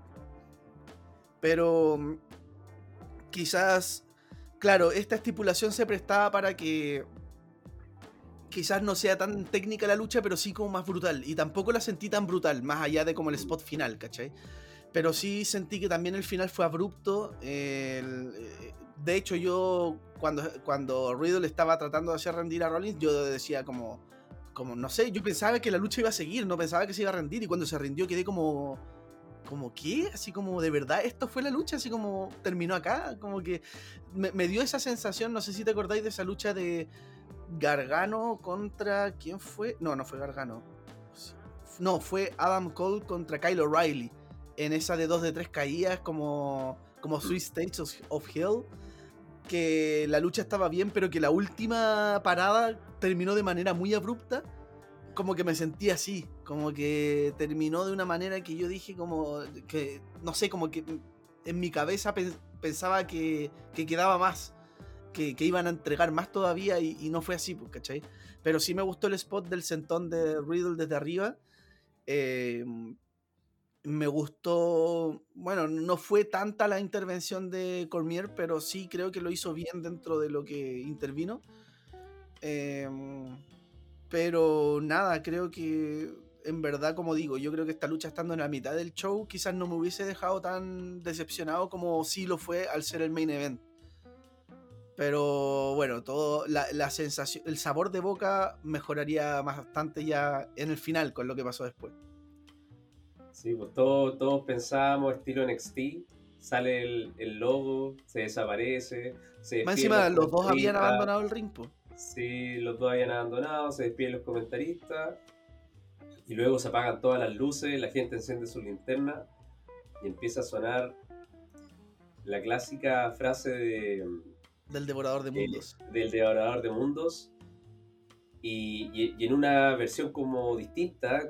pero quizás, claro, esta estipulación se prestaba para que quizás no sea tan técnica la lucha, pero sí como más brutal, y tampoco la sentí tan brutal, más allá de como el spot final, ¿cachai? Pero sí sentí que también el final fue abrupto. De hecho, yo cuando Riddle estaba tratando de hacer rendir a Rollins, yo decía como no sé, yo pensaba que la lucha iba a seguir, no pensaba que se iba a rendir, y cuando se rindió quedé como ¿qué? Así como, ¿de verdad esto fue la lucha? Así como, ¿terminó acá? Como que me dio esa sensación, no sé si te acordáis de esa lucha de Gargano contra... ¿Quién fue? No fue Gargano. No, fue Adam Cole contra Kyle O'Reilly. En esa de 2 de 3 caídas, como Sweet States of Hell, que la lucha estaba bien, pero que la última parada terminó de manera muy abrupta. Como que me sentí así, como que terminó de una manera que yo dije como que, no sé, como que en mi cabeza pensaba que quedaba más, que iban a entregar más todavía, y no fue así, pues, ¿cachai? Pero sí me gustó el spot del sentón de Riddle desde arriba. Me gustó, bueno, no fue tanta la intervención de Cormier, pero sí creo que lo hizo bien dentro de lo que intervino. Pero nada, creo que en verdad, como digo, yo creo que esta lucha, estando en la mitad del show, quizás no me hubiese dejado tan decepcionado como sí lo fue al ser el main event. Pero bueno, todo la sensación, el sabor de boca mejoraría bastante ya en el final con lo que pasó después. Sí, pues todos pensábamos estilo NXT, sale el logo, se desaparece, se Más despiden encima, los los dos habían comentaristas. abandonado el ring, po. Sí, los dos habían abandonado, se despiden los comentaristas y luego se apagan todas las luces, la gente enciende su linterna y empieza a sonar la clásica frase Del Devorador de Mundos. del Devorador de Mundos y en una versión como distinta,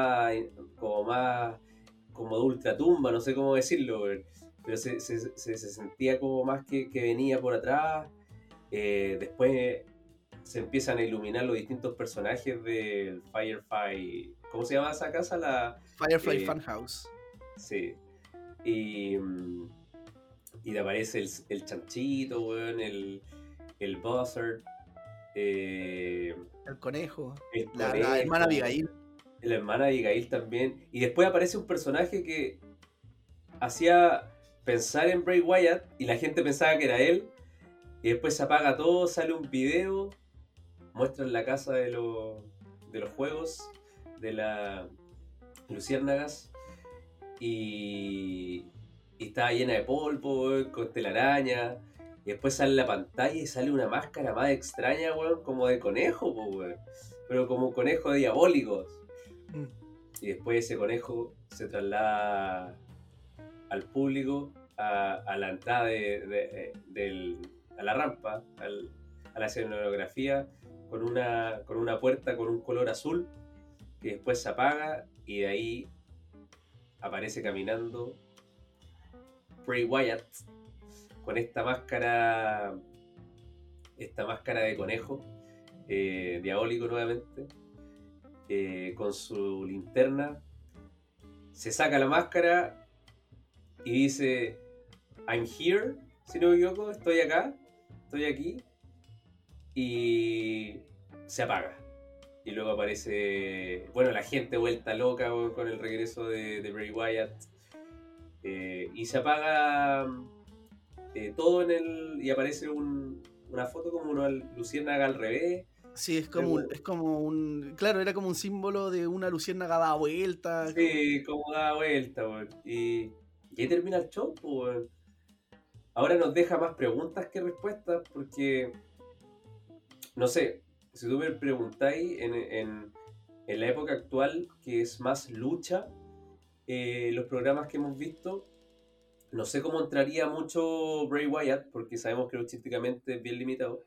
como de ultratumba, no sé cómo decirlo, pero se sentía como más que venía por atrás. Después se empiezan a iluminar los distintos personajes del Firefly. ¿Cómo se llama esa casa? Firefly Funhouse. Sí. Y aparece el chanchito, weón, el Buzzard. El conejo. El La conejo, hermana Abigail. la hermana Abigail también. Y después aparece un personaje que hacía pensar en Bray Wyatt y la gente pensaba que era él. Y después se apaga todo, sale un video, muestran la casa de los juegos, de las luciérnagas, y estaba llena de polvo, weón, con telaraña. Y después sale la pantalla y sale una máscara más extraña, weón, como de conejo, weón. Pero como conejo diabólico. Y después ese conejo se traslada al público, a la entrada a la rampa, a la escenografía, con una puerta con un color azul, que después se apaga y de ahí aparece caminando Bray Wyatt con esta máscara de conejo, diabólico nuevamente, con su linterna. Se saca la máscara y dice I'm here, si no me equivoco, estoy acá, estoy aquí, y se apaga. Y luego aparece, bueno, la gente vuelta loca con el regreso de Bray Wyatt, y se apaga todo y aparece una foto como una luciérnaga al revés. Sí, es como un. Claro, era como un símbolo de una luciérnaga dada vuelta. Sí, como da vuelta, weón. Y ahí termina el show, pues, weón. Ahora nos deja más preguntas que respuestas, porque no sé, si tú me preguntáis en la época actual, que es más lucha, los programas que hemos visto, no sé cómo entraría mucho Bray Wyatt, porque sabemos que logísticamente es bien limitado.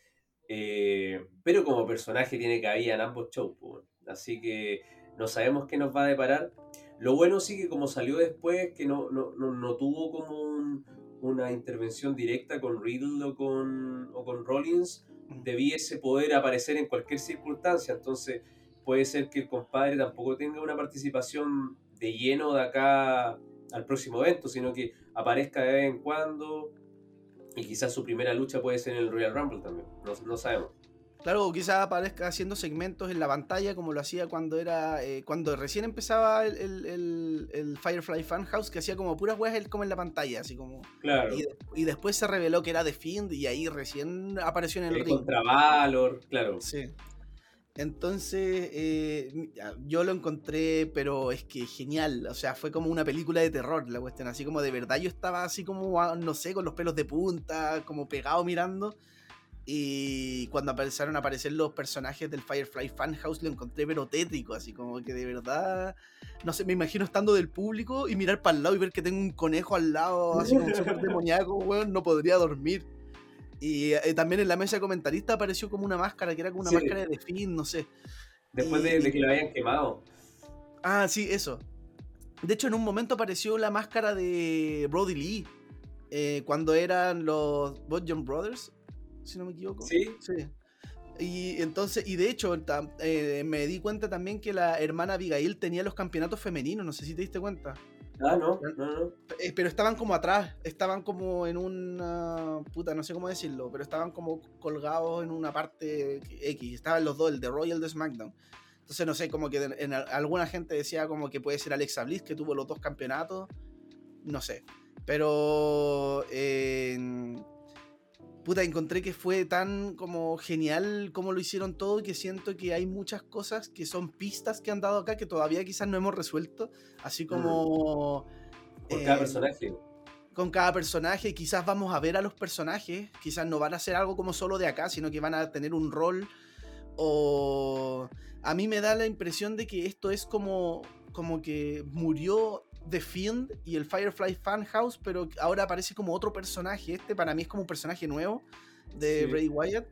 Pero como personaje tiene cabida en ambos shows, pues. Así que no sabemos qué nos va a deparar. Lo bueno sí que como salió después, que no tuvo como una intervención directa con Riddle o con Rollins, debiese poder aparecer en cualquier circunstancia. Entonces puede ser que el compadre tampoco tenga una participación de lleno de acá al próximo evento, sino que aparezca de vez en cuando. Y quizás su primera lucha puede ser en el Royal Rumble también. No sabemos. Claro, quizás aparezca haciendo segmentos en la pantalla como lo hacía cuando cuando recién empezaba el Firefly Funhouse, que hacía como puras weas él como en la pantalla, así como. Claro. Y después se reveló que era The Fiend y ahí recién apareció en el ring. Contra Valor, claro. Sí. Entonces, yo lo encontré, pero es que genial. O sea, fue como una película de terror la cuestión. Así como de verdad yo estaba así como, no sé, con los pelos de punta, como pegado mirando. Y cuando empezaron a aparecer los personajes del Firefly Funhouse, lo encontré pero tétrico. Así como que de verdad, no sé, me imagino estando del público y mirar para el lado y ver que tengo un conejo al lado, así como súper demoníaco, weón, no podría dormir. Y también en la mesa de comentarista apareció como una máscara, que era como una máscara de The Fiend, no sé. Después de que lo habían quemado. Ah, sí, eso. De hecho, en un momento apareció la máscara de Brody Lee, cuando eran los Bodjon Brothers, si no me equivoco. Sí. Y entonces, y de hecho, me di cuenta también que la hermana Abigail tenía los campeonatos femeninos, no sé si te diste cuenta. Ah, no. Pero estaban como atrás, estaban como en una... Puta, no sé cómo decirlo, pero estaban como colgados en una parte X. Estaban los dos, el de Royal de SmackDown. Entonces, no sé, como que alguna gente decía como que puede ser Alexa Bliss, que tuvo los dos campeonatos. No sé. Pero... puta, encontré que fue tan como genial como lo hicieron todo, que siento que hay muchas cosas que son pistas que han dado acá que todavía quizás no hemos resuelto, así como... Por cada personaje. con cada personaje. Quizás vamos a ver a los personajes, quizás no van a ser algo como solo de acá, sino que van a tener un rol. O a mí me da la impresión de que esto es como que murió The Fiend y el Firefly Funhouse, pero ahora aparece como otro personaje. Este para mí es como un personaje nuevo de Sí. Bray Wyatt.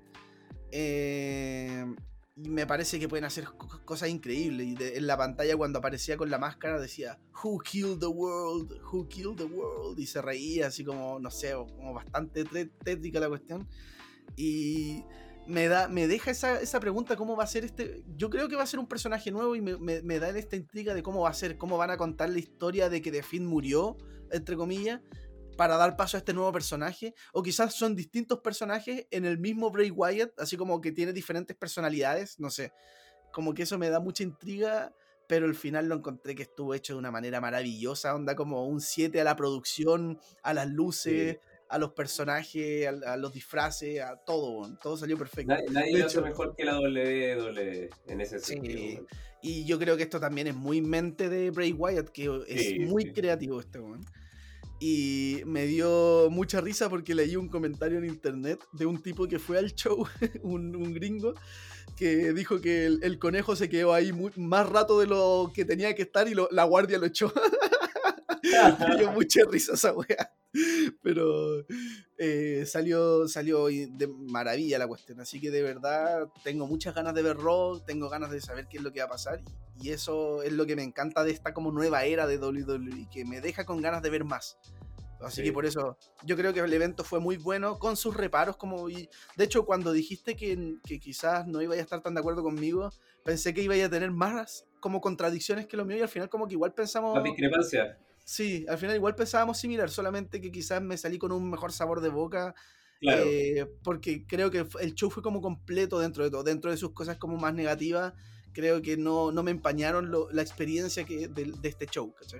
Y me parece que pueden hacer cosas increíbles. Y en la pantalla, cuando aparecía con la máscara, decía "Who killed the world? Who killed the world?" Y se reía así como, no sé, como bastante tétrica la cuestión. Y me deja esa pregunta: ¿cómo va a ser este? Yo creo que va a ser un personaje nuevo, y me da esta intriga de cómo va a ser, cómo van a contar la historia de que The Fiend murió, entre comillas, para dar paso a este nuevo personaje. O quizás son distintos personajes en el mismo Bray Wyatt, así como que tiene diferentes personalidades, no sé. Como que eso me da mucha intriga, pero al final lo encontré que estuvo hecho de una manera maravillosa, onda como un 7 a la producción, a las luces, Sí. a los personajes, a los disfraces, a todo, todo salió perfecto. Nadie De lo hace hecho, mejor que la WWE en ese sentido, sí, weón. y yo creo que esto también es muy mente de Bray Wyatt, que es Sí, muy sí. creativo este weón. Y me dio mucha risa porque leí un comentario en internet de un tipo que fue al show, un gringo, que dijo que el conejo se quedó ahí más rato de lo que tenía que estar, y la guardia lo echó. Me dio mucha risa esa wea. Pero salió de maravilla la cuestión. Así que de verdad tengo muchas ganas de ver Raw, tengo ganas de saber qué es lo que va a pasar. Y eso es lo que me encanta de esta como nueva era de WWE, que me deja con ganas de ver más. Así Sí. que por eso yo creo que el evento fue muy bueno, con sus reparos. Y de hecho, cuando dijiste que quizás no iba a estar tan de acuerdo conmigo, pensé que iba a tener más como contradicciones que lo mío, y al final como que igual Más pensamos. discrepancia. Sí, al final igual pensábamos similar, solamente que quizás me salí con un mejor sabor de boca, Claro. porque creo que el show fue como completo dentro de todo, dentro de sus cosas como más negativas. Creo que no me empañaron la experiencia de este show, ¿cachai?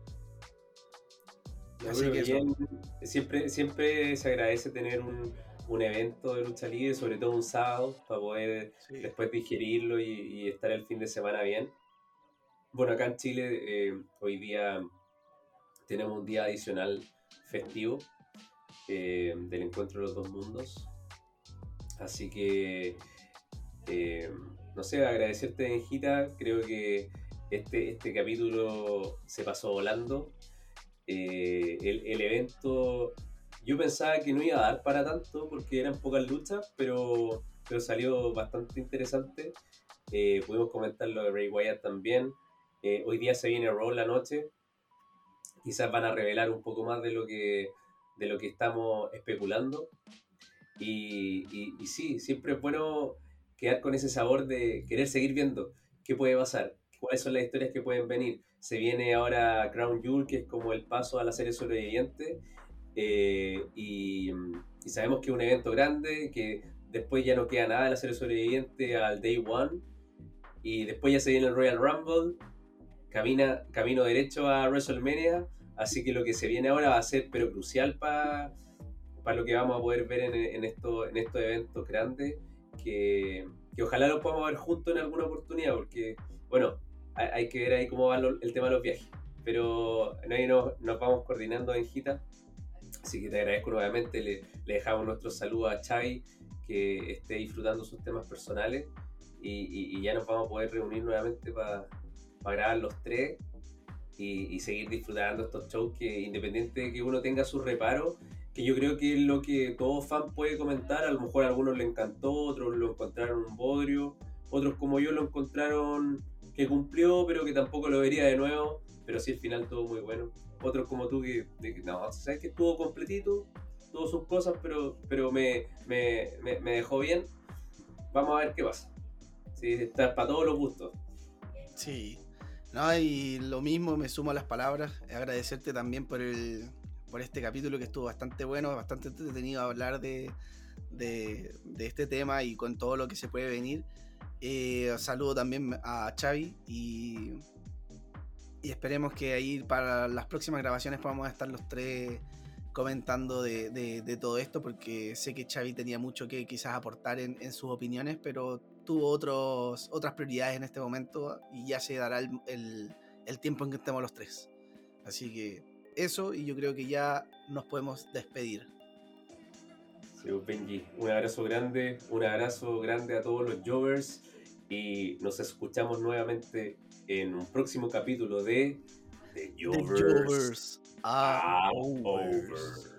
Yo Así creo que que eso. bien, siempre se agradece tener un evento de lucha libre, sobre todo un sábado, para poder Sí. después digerirlo y estar el fin de semana bien. Bueno, acá en Chile hoy día tenemos un día adicional festivo del encuentro de los dos mundos. Así que, eh, no sé, agradecerte, Benjita. Creo que este capítulo se pasó volando. El evento, yo pensaba que no iba a dar para tanto porque eran pocas luchas, pero salió bastante interesante. Pudimos comentar lo de Bray Wyatt también. Hoy día se viene Raw la noche. Quizás van a revelar un poco más de lo que estamos especulando. Y sí, siempre es bueno quedar con ese sabor de querer seguir viendo qué puede pasar, cuáles son las historias que pueden venir. Se viene ahora Crown Jewel, que es como el paso a la serie sobreviviente, y sabemos que es un evento grande, que después ya no queda nada de la serie sobreviviente al Day One, y después ya se viene el Royal Rumble, camino derecho a WrestleMania, así que lo que se viene ahora va a ser pero crucial para lo que vamos a poder ver en estos eventos grandes, que ojalá los podamos ver juntos en alguna oportunidad, porque, bueno, hay que ver ahí cómo va el tema de los viajes. Pero ahí nos vamos coordinando, Benjita. Así que te agradezco nuevamente. Le dejamos nuestros saludos a Xavi, que esté disfrutando sus temas personales. Y ya nos vamos a poder reunir nuevamente para grabar los tres y seguir disfrutando estos shows que, independiente de que uno tenga sus reparos, que yo creo que es lo que todo fan puede comentar. A lo mejor a algunos le encantó, otros lo encontraron un bodrio, otros como yo lo encontraron que cumplió, pero que tampoco lo vería de nuevo, pero sí, al final estuvo muy bueno. Otros como tú que no, sabes que estuvo completito, tuvo sus cosas, pero me dejó bien. Vamos a ver qué pasa. Sí, está para todos los gustos. Sí. No, y lo mismo, me sumo a las palabras, agradecerte también por este capítulo, que estuvo bastante bueno, bastante entretenido hablar de este tema y con todo lo que se puede venir. Saludo también a Xavi, y esperemos que ahí para las próximas grabaciones podamos estar los tres comentando de todo esto, porque sé que Xavi tenía mucho que quizás aportar en sus opiniones, pero tuvo otras prioridades en este momento, y ya se dará el tiempo en que estemos los tres. Así que eso, y yo creo que ya nos podemos despedir. Sí, Benji, un abrazo grande a todos los Jovers y nos escuchamos nuevamente en un próximo capítulo de The The Jovers Jovers are over. Over.